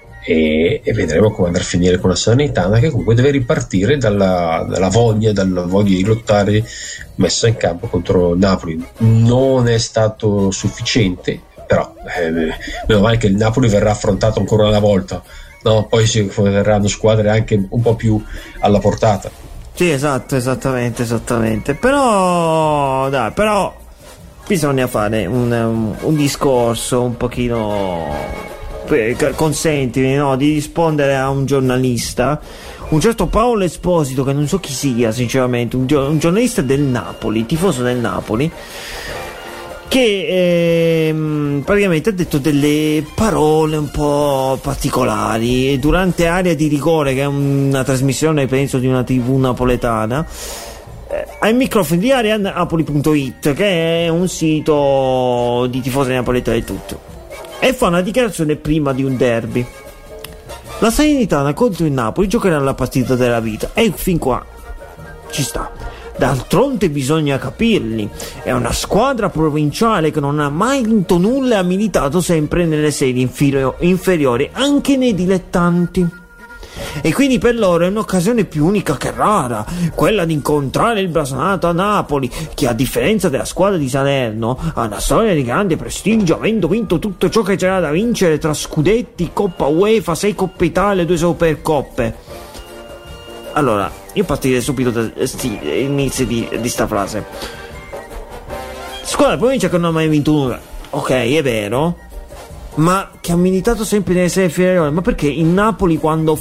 E vedremo come andrà a finire con la Salernitana, che comunque deve ripartire dalla voglia di lottare messa in campo contro il Napoli. Non è stato sufficiente, però meno male che il Napoli verrà affrontato ancora una volta, no? Poi si verranno squadre anche un po' più alla portata. Sì, esatto, esattamente. Però bisogna fare un discorso un pochino, consentimi, no, di rispondere a un giornalista, un certo Paolo Esposito, che non so chi sia sinceramente, un giornalista del Napoli, tifoso del Napoli, che praticamente ha detto delle parole un po' particolari durante Area di Rigore, che è una trasmissione penso di una TV napoletana, ai microfoni di arianapoli.it, che è un sito di tifosi napoletani e tutto, e fa una dichiarazione prima di un derby. La Salernitana contro il Napoli giocherà la partita della vita, e fin qua ci sta. D'altronde bisogna capirli, è una squadra provinciale che non ha mai vinto nulla e ha militato sempre nelle serie inferiori, anche nei dilettanti. E quindi per loro è un'occasione più unica che rara, quella di incontrare il blasonato a Napoli, che a differenza della squadra di Salerno ha una storia di grande prestigio, avendo vinto tutto ciò che c'era da vincere tra scudetti, Coppa UEFA, 6 Coppe Italia e 2 Supercoppe. Allora, io partirei subito dall'inizio di sta frase. Squadra provincia che non ha mai vinto nulla, ok, è vero, ma che ha militato sempre nelle serie inferiori. Ma perché il Napoli, quando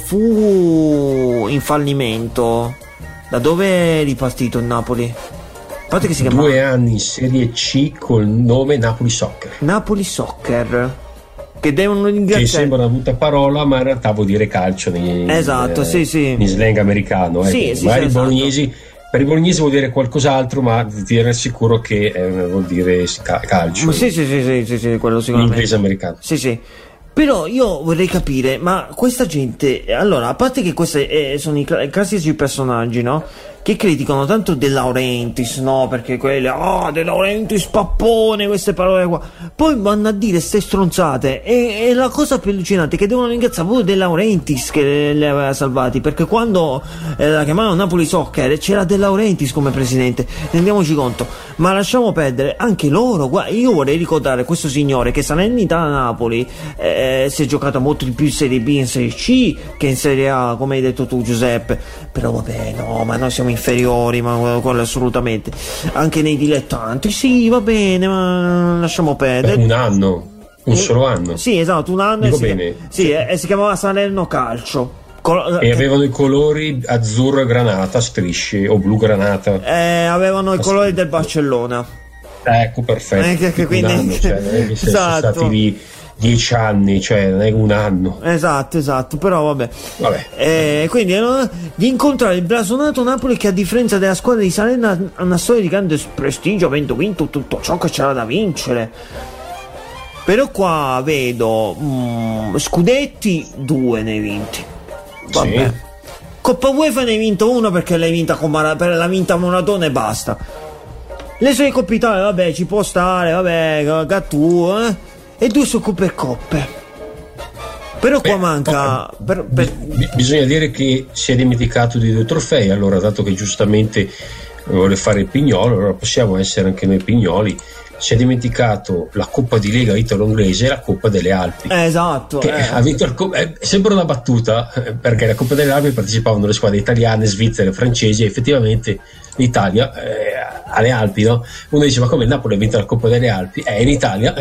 fu in fallimento, da dove è ripartito il Napoli? A parte che si chiama 2 anni in Serie C col nome Napoli Soccer. Napoli Soccer, che devono ringraziare, che sembra una brutta parola, ma in realtà vuol dire calcio esatto, sì, in slang americano. Sì, sì, magari esatto. Per i bolognesi vuol dire qualcos'altro, ma ti assicuro che vuol dire calcio. Sì, quello sicuramente. L'inglese americano. Sì. Però io vorrei capire, ma questa gente, allora, a parte che questi sono i classici personaggi, no? Che criticano tanto De Laurentiis, no? Perché quelle, De Laurentiis pappone, queste parole qua. Poi vanno a dire ste stronzate. E la cosa più allucinante è che devono ringraziare proprio De Laurentiis che le aveva salvati. Perché quando la chiamavano Napoli Soccer c'era De Laurentiis come presidente, rendiamoci conto. Ma lasciamo perdere, anche loro. Io vorrei ricordare questo signore che salendo da Napoli si è giocato molto di più in Serie B, in Serie C che in Serie A, come hai detto tu, Giuseppe. Però vabbè, no, ma noi siamo inferiori, ma quello assolutamente. Anche nei dilettanti, sì, va bene, ma lasciamo perdere. Un solo anno. Sì, esatto, un anno. Si chiamava Salerno Calcio. E avevano i colori azzurro e granata, strisce, o blu granata. Avevano i colori del Barcellona. Ecco, perfetto. Quindi, un anno, cioè, non è che esatto. sono stati lì 10 anni, cioè non è un anno. Esatto, però vabbè. Quindi di incontrare il blasonato Napoli, che a differenza della squadra di Salerno ha una storia di grande prestigio, avendo vinto tutto ciò che c'era da vincere. Però qua vedo scudetti 2 ne hai vinti. Vabbè. Sì. Coppa UEFA ne hai vinto 1 perché l'hai vinta l'ha vinta Maradona e basta. Le sue Coppe Italia, vabbè, ci può stare, vabbè, Gattu, e 2 Supercoppe. Però qua manca bisogna dire che si è dimenticato di 2 trofei. Allora, dato che giustamente vuole fare il pignolo, allora possiamo essere anche noi pignoli. Si è dimenticato la Coppa di Lega italo-inglese e la Coppa delle Alpi. Esatto. Che ha vinto sembra una battuta, perché la Coppa delle Alpi partecipavano le squadre italiane, svizzere, francesi, e effettivamente l'Italia alle Alpi, no? Uno dice: ma come il Napoli ha vinto la Coppa delle Alpi? In Italia,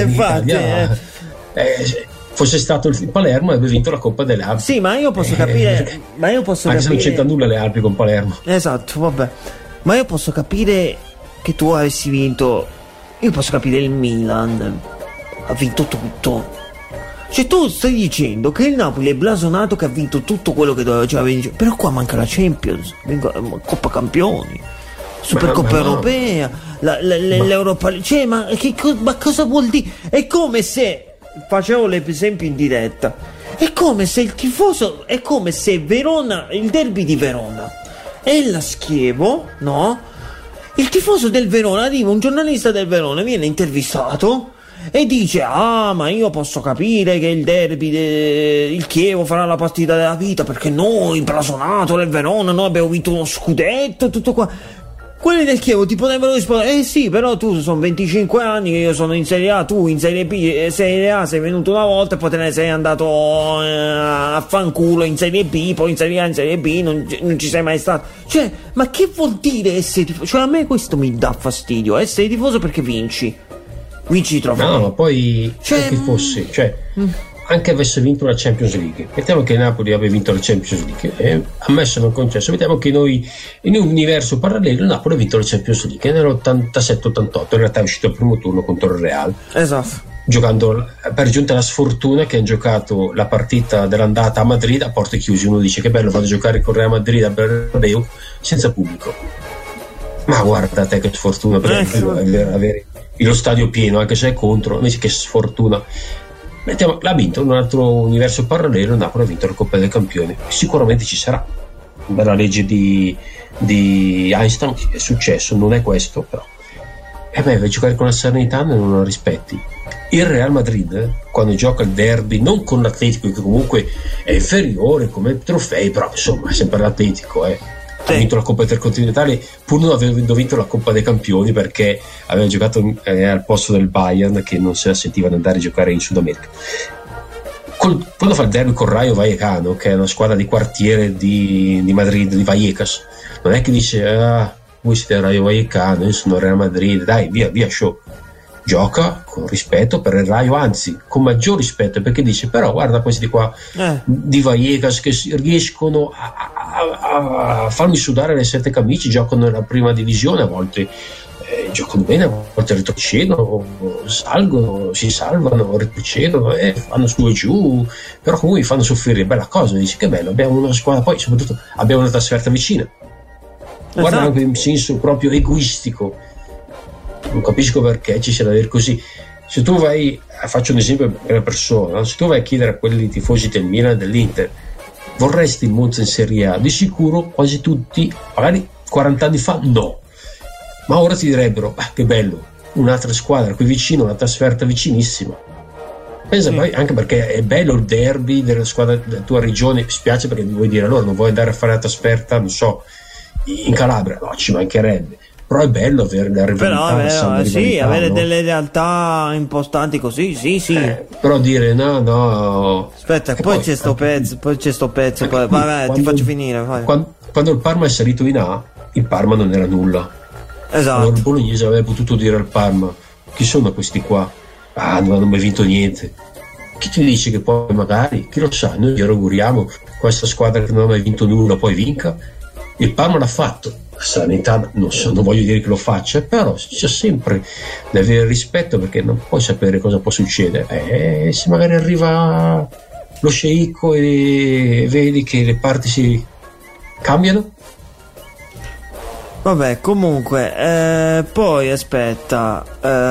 fosse stato il Palermo avrebbe vinto la Coppa delle Alpi. Sì, ma io posso capire. Anche se non c'entra nulla le Alpi con Palermo. Esatto, vabbè. Ma io posso capire che tu avessi vinto. Io posso capire il Milan ha vinto tutto. Cioè tu stai dicendo che il Napoli è blasonato, che ha vinto tutto quello che doveva vincere. Però qua manca la Champions, Coppa Campioni, Supercoppa Europea, l'Europa. Cioè, ma cosa vuol dire? È come se, facevo l'esempio in diretta, è come se il tifoso, è come se Verona, il derby di Verona è la Schievo, no? Il tifoso del Verona, arriva un giornalista del Verona, viene intervistato e dice: ma io posso capire che il derby il Chievo farà la partita della vita, perché noi, blasonato del Verona, noi abbiamo vinto uno scudetto, tutto qua. Quelli del Chievo ti potrebbero rispondere: sì, però tu sono 25 anni che io sono in Serie A, tu in Serie B, Serie A sei venuto una volta e poi te ne sei andato a fanculo in Serie B, poi in Serie A, in Serie B non ci sei mai stato. Cioè, ma che vuol dire essere tifoso? Cioè, a me questo mi dà fastidio, essere tifoso perché vinci i trofei. No, ma poi che fosse, anche avesse vinto la Champions League, mettiamo che Napoli abbia vinto la Champions League, ammesso non concesso, mettiamo che noi in un universo parallelo Napoli ha vinto la Champions League nell'87-88, in realtà è uscito al primo turno contro il Real, esatto, giocando per giunta la sfortuna che hanno giocato la partita dell'andata a Madrid a porte chiuse. Uno dice: che bello, vado a giocare con Real Madrid a Bernabeu senza pubblico. Ma guarda te che sfortuna, perché avere lo stadio pieno anche se è contro, invece che sfortuna. L'ha vinto in un altro universo parallelo, Napoli ha vinto la Coppa dei Campioni, sicuramente ci sarà, dalla legge di Einstein, è successo, non è questo però. E beh, vai a giocare con la Salernitana e non la rispetti. Il Real Madrid, quando gioca il derby, non con l'Atletico, che comunque è inferiore come trofei, però insomma è sempre l'Atletico, ha vinto la Coppa Intercontinentale pur non avendo vinto la Coppa dei Campioni, perché aveva giocato al posto del Bayern, che non se la sentiva di andare a giocare in Sud America. Quando fa il derby con Rayo Vallecano, che è una squadra di quartiere di Madrid, di Vallecas, non è che dice voi siete Rayo Vallecano, io sono Real Madrid, dai via show. Gioca con rispetto per il Rayo, anzi con maggior rispetto, perché dice però guarda questi qua di Vallecas che riescono a farmi sudare le 7 camicie, giocano nella prima divisione, a volte giocano bene, a volte retrocedono, salgono, si salvano, retrocedono, fanno su e giù, però comunque fanno soffrire. Bella cosa, dice che bello, abbiamo una squadra, poi soprattutto abbiamo una trasferta vicina. Guarda, anche in senso proprio egoistico, non capisco perché ci sia da dire così. Se tu vai, faccio un esempio per una persona, se tu vai a chiedere a quelli tifosi del Milan e dell'Inter vorresti il Monza in Serie A, di sicuro quasi tutti, magari 40 anni fa no, ma ora ti direbbero che bello, un'altra squadra qui vicino, una trasferta vicinissima. Pensa, poi, anche perché è bello il derby della squadra della tua regione. Spiace perché mi vuoi dire allora non vuoi andare a fare la trasferta, non so, in Calabria? No, ci mancherebbe, però è bello avere la rivalità, sì, avere no? Delle realtà importanti così, sì. Però dire no. Aspetta, poi c'è sto pezzo, vai, ti faccio finire. Vai. Quando il Parma è salito in A, il Parma non era nulla. Esatto. Allora il Bolognese avrebbe potuto dire al Parma: chi sono questi qua? Non hanno mai vinto niente. Chi ti dice che poi magari, chi lo sa, noi gli auguriamo questa squadra che non ha mai vinto nulla poi vinca. Il Parma l'ha fatto, la Salernitana non voglio dire che lo faccia, però c'è sempre da avere rispetto, perché non puoi sapere cosa può succedere. Se magari arriva lo sceicco e vedi che le parti si cambiano. Vabbè, comunque poi aspetta,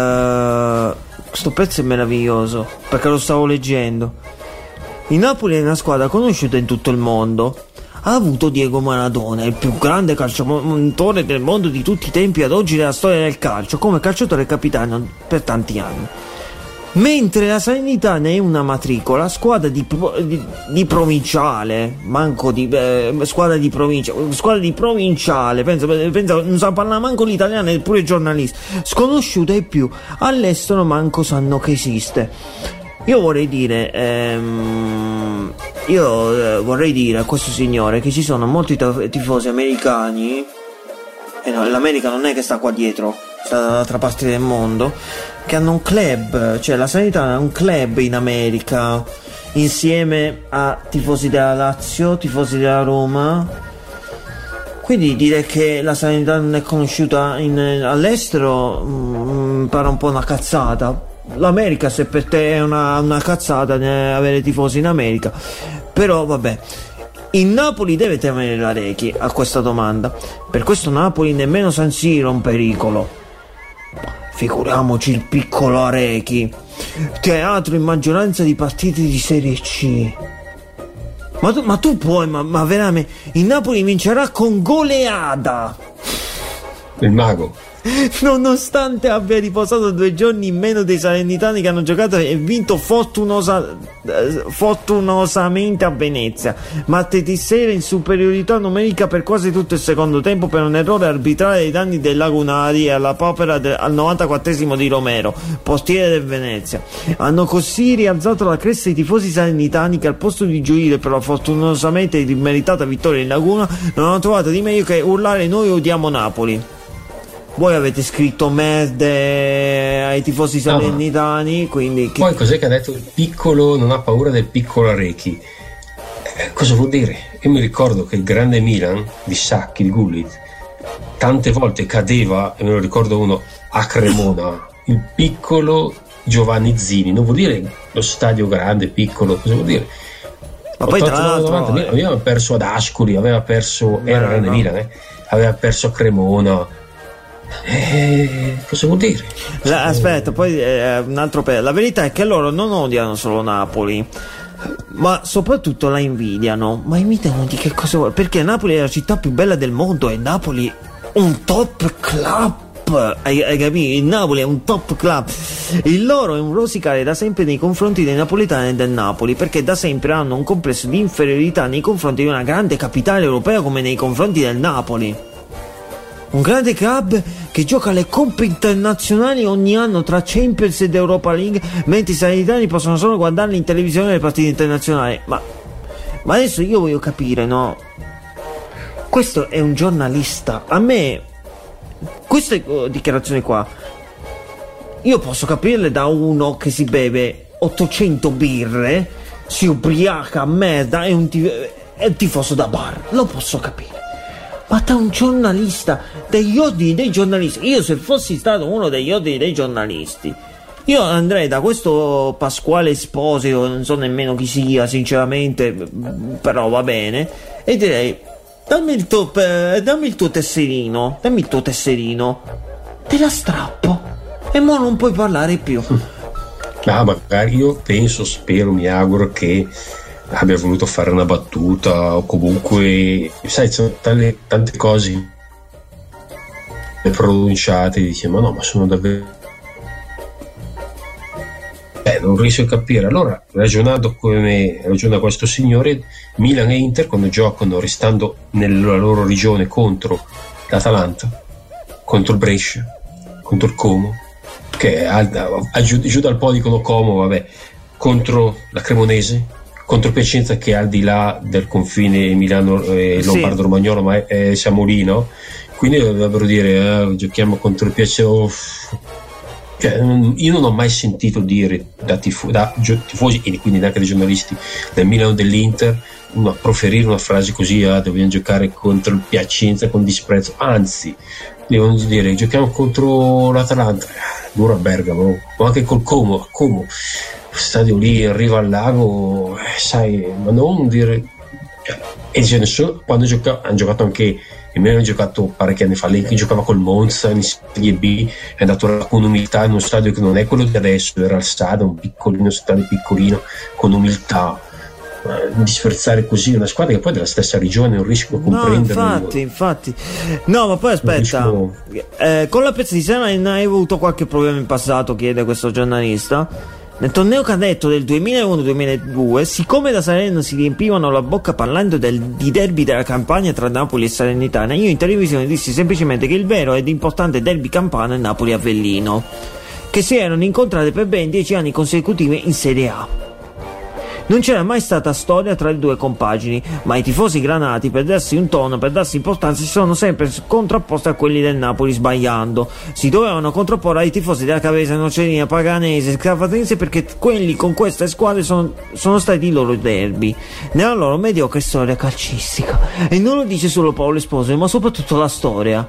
questo pezzo è meraviglioso perché lo stavo leggendo. Il Napoli è una squadra conosciuta in tutto il mondo. Ha avuto Diego Maradona, il più grande calciatore del mondo di tutti i tempi ad oggi della storia del calcio, come calciatore capitano per tanti anni. Mentre la Salernitana è una matricola, squadra di provinciale, squadra di provinciale, pensa, non sa parlare manco l'italiano, eppure il giornalista, sconosciuta ai più, all'estero manco sanno che esiste. Io vorrei dire a questo signore che ci sono molti tifosi americani, e no, l'America non è che sta qua dietro, sta dall'altra parte del mondo, che hanno un club, cioè la Salernitana ha un club in America insieme a tifosi della Lazio, tifosi della Roma. Quindi dire che la Salernitana non è conosciuta all'estero mi pare un po' una cazzata. L'America, se per te è una cazzata avere tifosi in America, però vabbè. Il Napoli deve temere l'Arechi a questa domanda. Per questo Napoli nemmeno San Siro è un pericolo, figuriamoci il piccolo Arechi, teatro in maggioranza di partite di Serie C. Ma tu puoi, ma veramente il Napoli vincerà con goleada. Il mago, nonostante abbia riposato 2 giorni in meno dei salernitani che hanno giocato e vinto fortunosamente a Venezia martedì sera in superiorità numerica per quasi tutto il secondo tempo, per un errore arbitrale ai danni del Lagunari e alla papera al 94esimo di Romero, portiere del Venezia. Hanno così rialzato la cresta i tifosi salernitani, che al posto di gioire per la fortunosamente immeritata vittoria in Laguna non hanno trovato di meglio che urlare: noi odiamo Napoli. Voi avete scritto merde ai tifosi salernitani, quindi poi cos'è che ha detto il piccolo non ha paura del piccolo Arechi? Cosa vuol dire? Io mi ricordo che il grande Milan di Sacchi, il Gullit, tante volte cadeva, e me lo ricordo uno a Cremona, il piccolo Giovanni Zini. Non vuol dire lo stadio grande, piccolo, cosa vuol dire? Ma poi tra l'altro aveva perso ad Ascoli, aveva perso grande Milan, aveva perso a Cremona. Cosa vuol dire? Aspetta, poi un altro la verità è che loro non odiano solo Napoli, Ma soprattutto la invidiano. Ma invidiano di che cosa vuole? Perché Napoli è la città più bella del mondo e Napoli un top club. Hai capito? Il Napoli è un top club. Il loro è un rosicare da sempre nei confronti dei napoletani e del Napoli, perché da sempre hanno un complesso di inferiorità nei confronti di una grande capitale europea come nei confronti del Napoli. Un grande club che gioca le coppe internazionali ogni anno tra Champions ed Europa League, mentre i sanitari possono solo guardarli in televisione le partite internazionali. Ma adesso io voglio capire, no? Questo è un giornalista. A me queste dichiarazioni qua io posso capirle da uno che si beve 800 birre, si ubriaca a merda, è un tifoso da bar, lo posso capire. Ma da un giornalista, degli ordini dei giornalisti, io se fossi stato uno degli ordini dei giornalisti, io andrei da questo Pasquale Esposito, non so nemmeno chi sia sinceramente, però va bene, e direi: dammi il tuo tesserino, te la strappo e mo non puoi parlare più. Magari io penso, spero, mi auguro che abbia voluto fare una battuta, o comunque, sai, sono tante cose pronunciate, dice ma sono davvero, non riesco a capire. Allora, ragionando come ragiona questo signore, Milan e Inter quando giocano restando nella loro regione contro l'Atalanta, contro il Brescia, contro il Como, che giù dal po' dicono Como, vabbè, contro la Cremonese, contro Piacenza che è al di là del confine Milano e Lombardo-Romagnolo, ma siamo lì, no? Quindi dovrebbero dire giochiamo contro il Piacenza. Cioè, io non ho mai sentito dire da tifosi e quindi neanche dai giornalisti del Milano o dell'Inter proferire una frase così: dobbiamo giocare contro il Piacenza con disprezzo, anzi devono dire giochiamo contro l'Atalanta, dura Bergamo, o anche col Como, stadio lì in riva al lago, sai, ma non dire. E quando hanno giocato anche il Milan, ha giocato parecchi anni fa, lei che giocava col Monza in Serie B, è andato con umiltà in uno stadio che non è quello di adesso, era il Stade, un stadio piccolino, con umiltà. Disprezzare così una squadra che poi è della stessa regione, non riesco a comprendere. No, infatti. No, ma poi aspetta, con la Pezza di Serena hai avuto qualche problema in passato, chiede questo giornalista. Nel torneo cadetto del 2001-2002, siccome da Salerno si riempivano la bocca parlando di derby della campagna tra Napoli e Salernitana, io in televisione dissi semplicemente che il vero ed importante derby campano è Napoli-Avellino, che si erano incontrate per ben 10 anni consecutivi in Serie A. Non c'era mai stata storia tra le due compagini, ma i tifosi granati, per darsi un tono, per darsi importanza, si sono sempre contrapposti a quelli del Napoli, sbagliando. Si dovevano contrapporre ai tifosi della Cavese, Nocerina, Paganese, Scafatense, perché quelli con queste squadre sono stati i loro derby nella loro mediocre storia calcistica. E non lo dice solo Paolo Esposito, ma soprattutto la storia.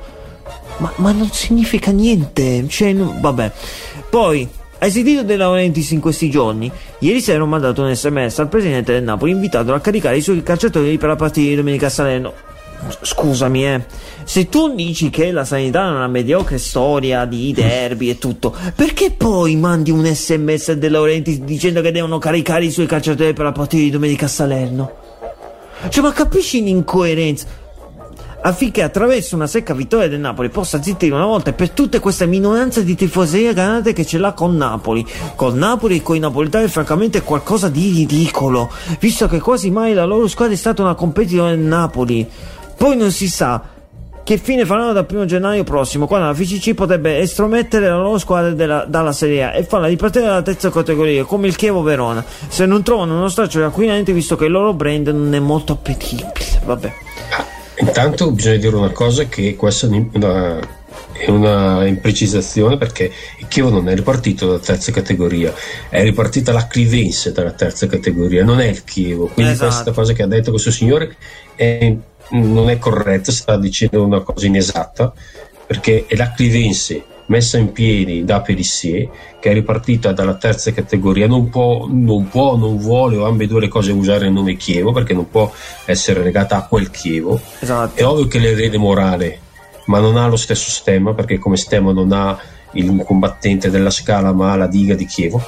Ma non significa niente, cioè, vabbè. Poi, hai sentito De Laurentiis in questi giorni? Ieri sera ho mandato un SMS al presidente del Napoli invitandolo a caricare i suoi calciatori per la partita di domenica a Salerno. Scusami, se tu dici che la sanità è una mediocre storia di derby e tutto, perché poi mandi un SMS a De Laurentiis dicendo che devono caricare i suoi calciatori per la partita di domenica a Salerno? Cioè, ma capisci l'incoerenza? Affinché attraverso una secca vittoria del Napoli possa zittire una volta e per tutte queste minoranze di tifoseria granate che ce l'ha con Napoli e con i napoletani, francamente è qualcosa di ridicolo, visto che quasi mai la loro squadra è stata una competitor del Napoli. Poi non si sa che fine faranno dal 1 gennaio prossimo, quando la FCC potrebbe estromettere la loro squadra dalla Serie A e farla ripartire dalla terza categoria, come il Chievo Verona, se non trovano uno straccio di acquirente, visto che il loro brand non è molto appetibile. Vabbè. Intanto bisogna dire una cosa, che questa è una imprecisazione, perché il Chievo non è ripartito dalla terza categoria, è ripartita la Clivense dalla terza categoria, non è il Chievo, quindi esatto. Questa cosa che ha detto questo signore non è corretta, sta dicendo una cosa inesatta, perché è la Clivense messa in piedi da Pélissier, che è ripartita dalla terza categoria, non vuole, o ambedue le cose, usare il nome Chievo, perché non può essere legata a quel Chievo. Esatto. È ovvio che l'erede morale, ma non ha lo stesso stemma, perché come stemma non ha il combattente della Scala, ma ha la diga di Chievo.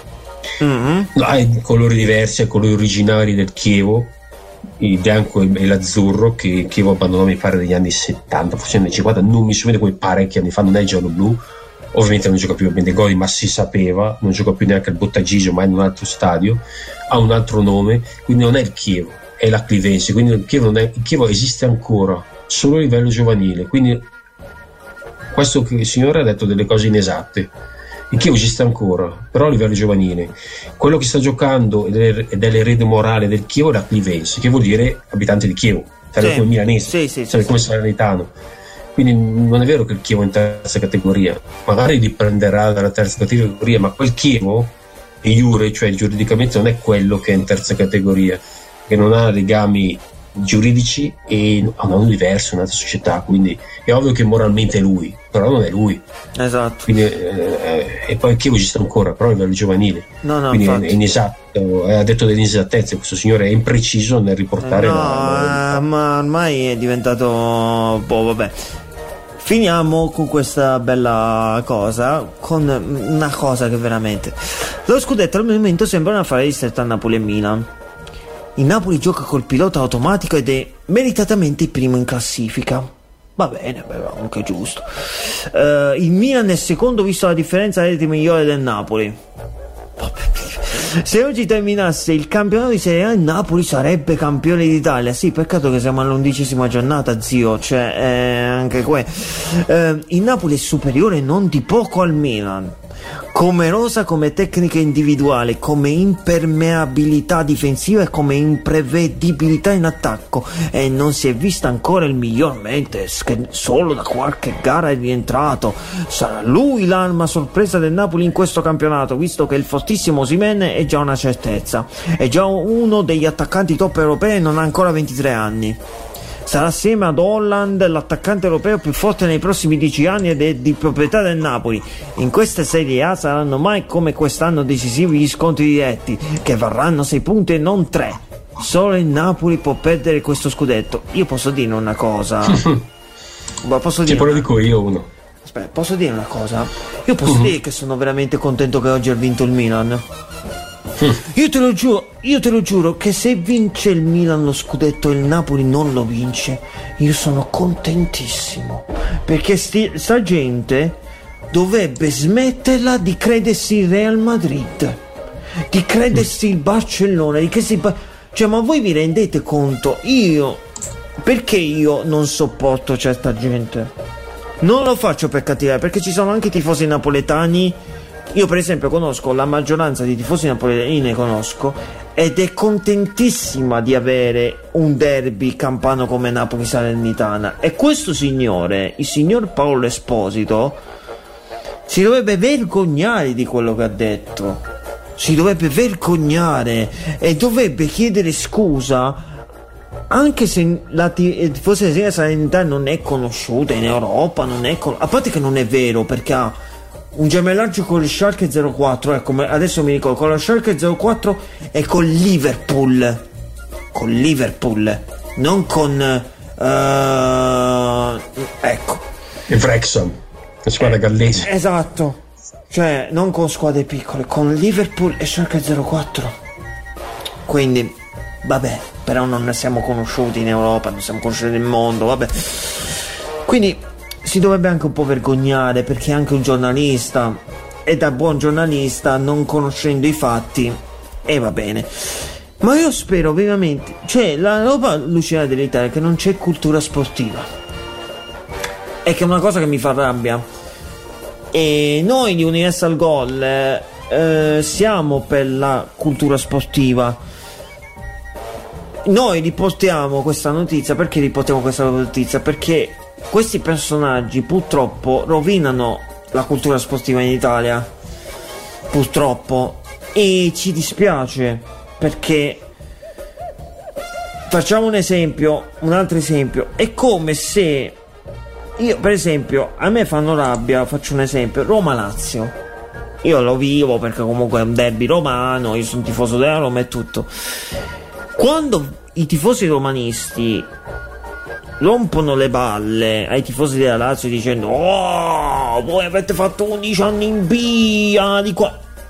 No, hai colori diversi, hai colori originari del Chievo, il bianco e l'azzurro, che il Chievo abbandonò mi pare negli anni 70, forse negli 50, non mi souviene, quei parecchi anni fa, non è il giallo-blu. Ovviamente non gioca più a Bentegodi, ma si sapeva, non gioca più neanche al Bottagigio, ma in un altro stadio, ha un altro nome, quindi non è il Chievo, è la Clivense, quindi il Chievo esiste ancora, solo a livello giovanile, quindi questo signore ha detto delle cose inesatte. Il Chievo esiste ancora, però a livello giovanile. Quello che sta giocando ed è l'erede morale del Chievo è la Clivense, che vuol dire abitante di Chievo, sarebbe come milanese, sarebbe come salernitano. Quindi non è vero che il Chievo è in terza categoria, magari diprenderà dalla terza categoria, ma quel Chievo e iure, cioè giuridicamente, non è quello che è in terza categoria, che non ha legami giuridici e ha un universo, un'altra società, quindi è ovvio che moralmente è lui, però non è lui. Esatto. Quindi, e poi il Chievo esiste ancora, però a livello giovanile. Quindi è inesatto, ha detto delle inesattezze, questo signore è impreciso nel riportare ma ormai è diventato vabbè. Finiamo con questa bella cosa, con una cosa che veramente lo scudetto al momento sembra un affare ristretto a Napoli e Milan. Il Napoli gioca col pilota automatico ed è meritatamente il primo in classifica. Va bene, anche giusto. Il Milan è secondo, visto la differenza rete migliore del Napoli. Se oggi terminasse il campionato di Serie A, il Napoli sarebbe campione d'Italia. Sì, peccato che siamo all'11ª giornata, zio. Cioè, anche il Napoli è superiore non di poco al Milan. Come rosa, come tecnica individuale, come impermeabilità difensiva e come imprevedibilità in attacco, e non si è vista ancora il miglior Mendes, che solo da qualche gara è rientrato. Sarà lui l'arma sorpresa del Napoli in questo campionato, visto che il fortissimo Osimhen è già una certezza, è già uno degli attaccanti top europei e non ha ancora 23 anni. Sarà assieme ad Holland l'attaccante europeo più forte nei prossimi 10 anni ed è di proprietà del Napoli. In queste Serie A saranno mai come quest'anno decisivi gli scontri diretti, che varranno 6 punti e non 3. Solo il Napoli può perdere questo scudetto. Io posso dire una cosa? Poi lo dico io uno. Aspetta, posso dire una cosa? Io posso dire che sono veramente contento che oggi ha vinto il Milan. Io te lo giuro che se vince il Milan lo scudetto e il Napoli non lo vince, io sono contentissimo, perché sta gente dovrebbe smetterla di credersi il Real Madrid, di credersi il Barcellona, cioè, ma voi vi rendete conto? Perché io non sopporto certa gente? Non lo faccio per cattivare, perché ci sono anche tifosi napoletani. Io per esempio conosco la maggioranza di tifosi napoletani, ne conosco, ed è contentissima di avere un derby campano come Napoli-Salernitana. E questo signore, il signor Paolo Esposito, si dovrebbe vergognare di quello che ha detto, si dovrebbe vergognare e dovrebbe chiedere scusa, anche se la tifosa della Salernitana non è conosciuta in Europa, a parte che non è vero, perché ha un gemellaggio con il Schalke 04, ecco, adesso mi ricordo, con lo Schalke 04 e con Liverpool, non con ecco, il Wrexham, la squadra gallese, esatto, cioè non con squadre piccole, con Liverpool e Schalke 04. Quindi vabbè, però non ne siamo conosciuti in Europa, non siamo conosciuti nel mondo, vabbè, quindi si dovrebbe anche un po' vergognare, perché è anche un giornalista, e da buon giornalista, non conoscendo i fatti, e va bene. Ma io spero veramente, cioè la roba allucinante dell'Italia è che non c'è cultura sportiva, è che è una cosa che mi fa rabbia. E noi di Universal Goal siamo per la cultura sportiva. Noi riportiamo questa notizia. Perché riportiamo questa notizia? Perché questi personaggi purtroppo rovinano la cultura sportiva in Italia, purtroppo, e ci dispiace, perché facciamo un altro esempio, è come se io, per esempio, a me fanno rabbia, faccio un esempio, Roma-Lazio, io lo vivo perché comunque è un derby romano, io sono tifoso della Roma e tutto. Quando i tifosi romanisti rompono le balle ai tifosi della Lazio dicendo: oh, voi avete fatto 11 anni in via di qua,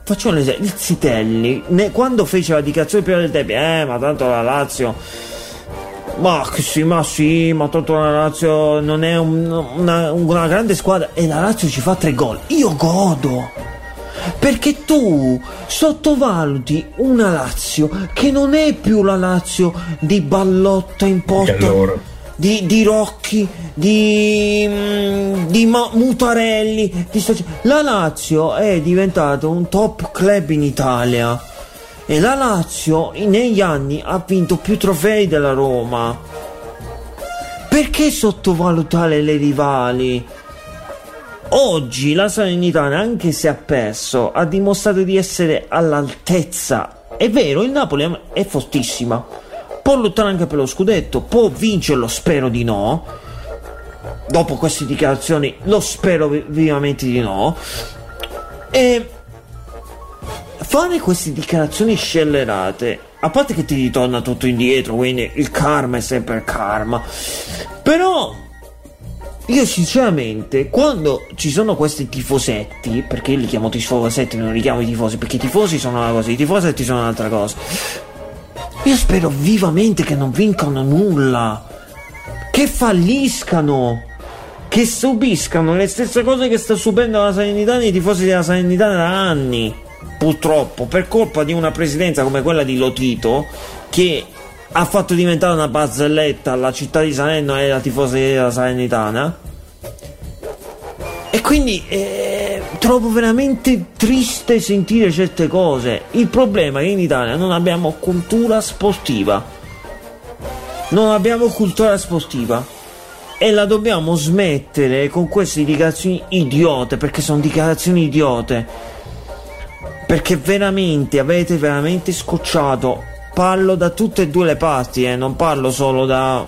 faccio un esempio, il Zitelli quando fece la dichiarazione prima del derby, ma tanto la Lazio, ma tanto la Lazio non è una grande squadra e la Lazio ci fa 3 gol, io godo, perché tu sottovaluti una Lazio che non è più la Lazio di Ballotta in porta, di Rocchi, di Mutarelli, la Lazio è diventata un top club in Italia e la Lazio negli anni ha vinto più trofei della Roma. Perché sottovalutare le rivali? Oggi la Salernitana, anche se ha perso, ha dimostrato di essere all'altezza. È vero, il Napoli è fortissima, può lottare anche per lo scudetto, può vincerlo, spero di no. Dopo queste dichiarazioni lo spero vivamente di no. E fare queste dichiarazioni scellerate, a parte che ti ritorna tutto indietro, quindi il karma è sempre il karma, però io sinceramente, quando ci sono questi tifosetti, perché io li chiamo tifosetti, non li chiamo i tifosi, perché i tifosi sono una cosa, i tifosetti sono un'altra cosa, io spero vivamente che non vincano nulla, che falliscano, che subiscano le stesse cose che sta subendo la Salernitana e i tifosi della Salernitana da anni, purtroppo, per colpa di una presidenza come quella di Lotito, che ha fatto diventare una barzelletta la città di Salerno e la tifoseria della Salernitana. E quindi trovo veramente triste sentire certe cose. Il problema è che in Italia non abbiamo cultura sportiva, e la dobbiamo smettere con queste dichiarazioni idiote, perché sono dichiarazioni idiote, perché veramente avete veramente scocciato. Parlo da tutte e due le parti, non parlo solo da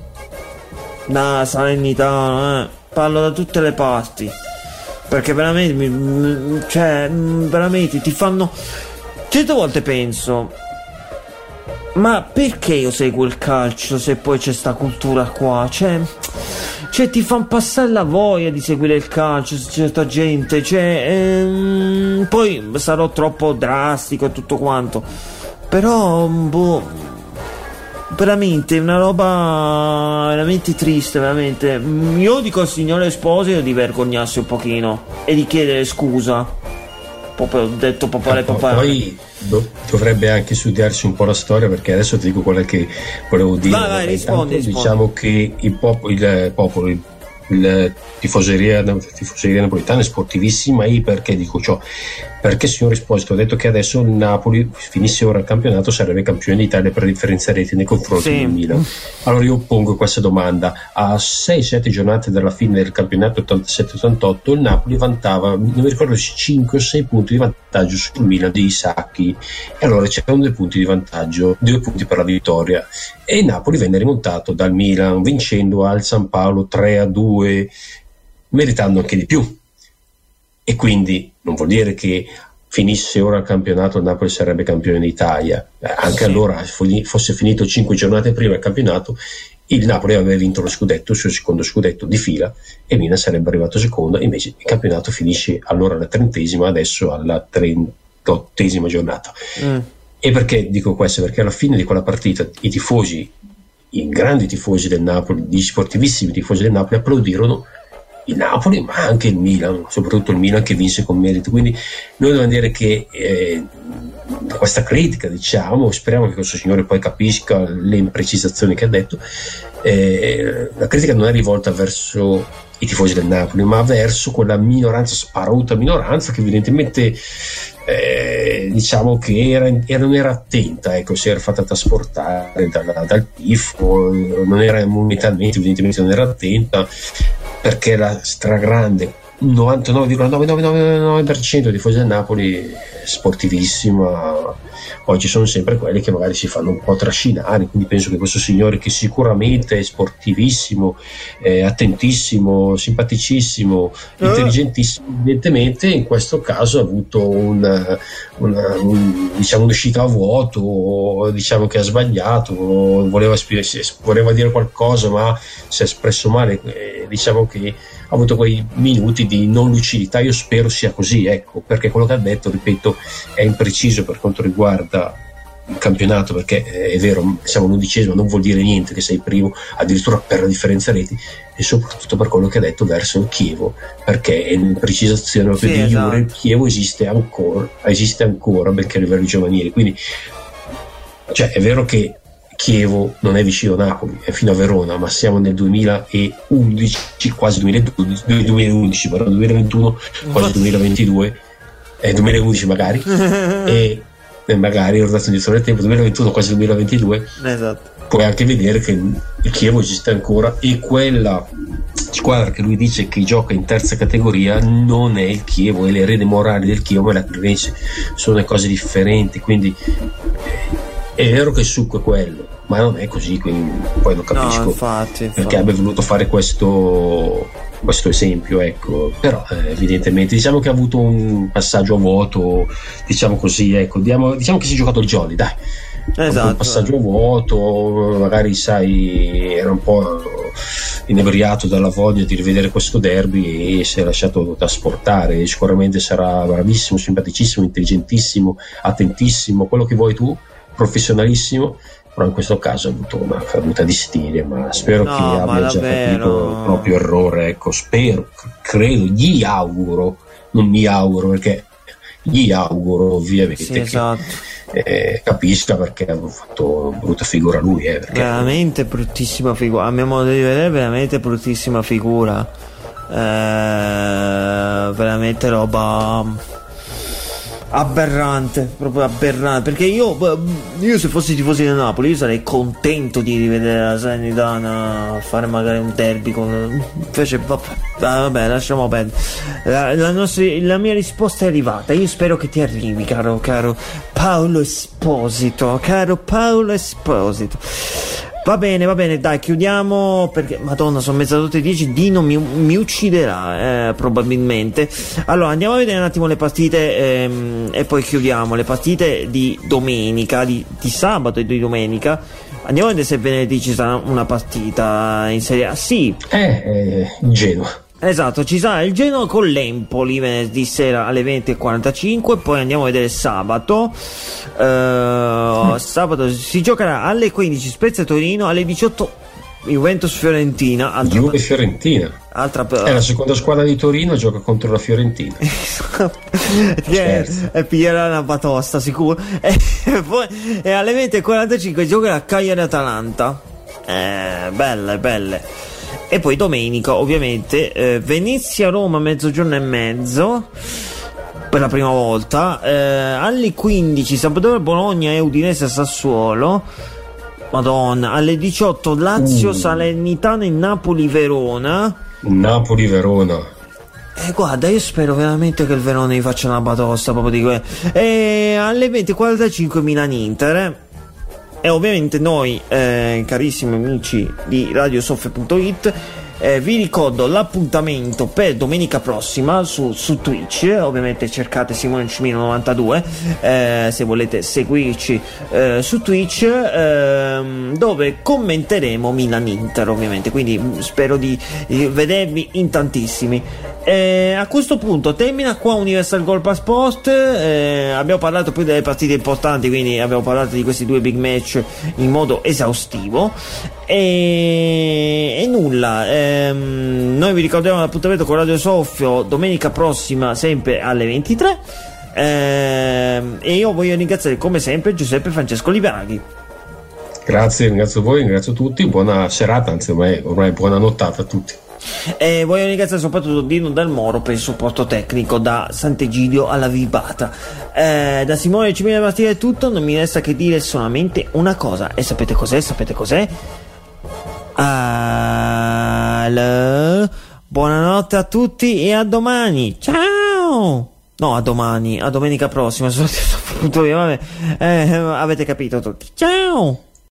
Salernitana, parlo da tutte le parti, perché veramente veramente ti fanno, certe volte penso, ma perché io seguo il calcio se poi c'è sta cultura qua, cioè ti fanno passare la voglia di seguire il calcio, certa gente, poi sarò troppo drastico e tutto quanto, però veramente una roba veramente triste, veramente. Io dico al signore Esposito di vergognarsi un pochino e di chiedere scusa, proprio detto papà. Poi dovrebbe anche studiarsi un po' la storia, perché adesso ti dico quella che volevo dire. Vai, rispondi. Diciamo che il tifoseria napoletana è sportivissima. E perché dico ciò? Perché il signor Esposito ha detto che adesso il Napoli, finisse ora il campionato, sarebbe campione d'Italia per differenza reti nei confronti del Milan. Allora io pongo questa domanda: a 6-7 giornate dalla fine del campionato 87-88 il Napoli vantava, non mi ricordo, 5 o 6 punti di vantaggio sul Milan dei Sacchi, e allora c'erano 2 punti di vantaggio, 2 punti per la vittoria, e il Napoli venne rimontato dal Milan vincendo al San Paolo 3-2, meritando anche di più. E quindi non vuol dire che finisse ora il campionato il Napoli sarebbe campione d'Italia, anche allora fosse finito 5 giornate prima il campionato, il Napoli aveva vinto lo scudetto, il suo secondo scudetto di fila, e Milan sarebbe arrivato secondo. Invece il campionato finisce allora alla 30ª, adesso alla 38ª giornata. E perché dico questo? Perché alla fine di quella partita i tifosi, i grandi tifosi del Napoli, gli sportivissimi tifosi del Napoli, applaudirono il Napoli, ma anche il Milan, soprattutto il Milan che vinse con merito. Quindi noi dobbiamo dire che questa critica, diciamo, speriamo che questo signore poi capisca le imprecisazioni che ha detto, la critica non è rivolta verso i tifosi del Napoli, ma verso quella minoranza, sparuta minoranza, che evidentemente diciamo che non era attenta, ecco, si era fatta trasportare dal tifo, non era mentalmente, evidentemente non era attenta, perché la stragrande 99,999% dei tifosi del Napoli è sportivissima. Poi ci sono sempre quelli che magari si fanno un po' trascinare, quindi penso che questo signore, che sicuramente è sportivissimo, attentissimo, simpaticissimo, intelligentissimo, evidentemente in questo caso ha avuto diciamo un'uscita a vuoto, diciamo che ha sbagliato, voleva dire qualcosa ma si è espresso male, diciamo che ha avuto quei minuti di non lucidità. Io spero sia così, ecco, perché quello che ha detto, ripeto, è impreciso per quanto riguarda il campionato, perché è vero, siamo l'11°, non vuol dire niente che sei primo, addirittura per la differenza reti, e soprattutto per quello che ha detto verso il Chievo, perché è un'imprecisazione proprio di esatto. il Chievo esiste ancora benché a livello giovanile, quindi cioè è vero che Chievo non è vicino a Napoli, è fino a Verona, ma siamo nel 2011, quasi 2011, però 2021, quasi 2022, 2011 magari, e magari ho dato indietro nel tempo, 2021 quasi 2022, esatto. Puoi anche vedere che il Chievo esiste ancora, e quella squadra che lui dice che gioca in terza categoria non è il Chievo, è l'erede morale del Chievo, ma la Cremonese, sono le cose differenti, quindi è vero che il succo è quello, ma non è così, quindi poi non capisco infatti. perché abbia voluto fare questo esempio, ecco. Però evidentemente diciamo che ha avuto un passaggio a vuoto, diciamo così, ecco, diciamo che si è giocato il jolly, dai. Esatto. Un passaggio a vuoto, magari sai, era un po' inebriato dalla voglia di rivedere questo derby e si è lasciato trasportare. Sicuramente sarà bravissimo, simpaticissimo, intelligentissimo, attentissimo, quello che vuoi tu, professionalissimo, però in questo caso ha avuto una caduta di stile, ma spero che abbia già capito il proprio errore, ecco, spero, credo, gli auguro, non mi auguro, perché gli auguro ovviamente, sì, esatto, che capisca, perché ha fatto brutta figura lui, perché veramente bruttissima figura, a mio modo di vedere, veramente bruttissima figura, veramente roba aberrante, proprio aberrante, perché io se fossi tifoso del Napoli io sarei contento di rivedere la Salernitana fare magari un derby con, invece vabbè, lasciamo perdere. La mia risposta è arrivata, io spero che ti arrivi, caro Paolo Esposito, Va bene, dai, chiudiamo, perché madonna, sono mezzanotte e 10, Dino mi ucciderà probabilmente. Allora andiamo a vedere un attimo le partite e poi chiudiamo le partite di domenica, di sabato e di domenica. Andiamo a vedere se venerdì ci sarà una partita in Serie A. Sì, Genoa. Esatto, ci sarà il Genoa con l'Empoli venerdì sera alle 20:45. Poi andiamo a vedere sabato. Sabato si giocherà alle 15 Spezia Torino, alle 18 Juventus Fiorentina. Juve Fiorentina. È la seconda squadra di Torino, gioca contro la Fiorentina. E piglierà una batosta sicuro. E alle 20:45 giocherà Cagliari Atalanta. Belle. E poi domenica ovviamente Venezia-Roma mezzogiorno e mezzo per la prima volta, alle 15 Sampdoria Bologna e Udinese Sassuolo, madonna, alle 18 Lazio Salernitana e Napoli-Verona. Guarda, io spero veramente che il Verona gli faccia una batosta proprio di quella. E alle 20:45 Milan-Inter. E ovviamente noi, carissimi amici di radiosoffia.it, vi ricordo l'appuntamento per domenica prossima su Twitch. Ovviamente cercate Simone Cimino 92 se volete seguirci su Twitch, dove commenteremo Milan-Inter, ovviamente, quindi spero di vedervi in tantissimi. A questo punto termina qua Universal Goal Passport. Abbiamo parlato poi delle partite importanti, quindi abbiamo parlato di questi due big match in modo esaustivo, e nulla, noi vi ricordiamo l'appuntamento con Radio Soffio domenica prossima sempre alle 23, e io voglio ringraziare come sempre Giuseppe Francesco Liberaghi. Grazie, ringrazio voi, ringrazio tutti, buona serata, anzi ormai buona nottata a tutti. E voglio ringraziare soprattutto Dino Dal Moro per il supporto tecnico da Sant'Egidio alla Vibata. Da Simone Cimino Martini è tutto, non mi resta che dire solamente una cosa, e sapete cos'è? Buonanotte a tutti e a domani, ciao. No, a domani, a domenica prossima. Avete capito tutti, ciao.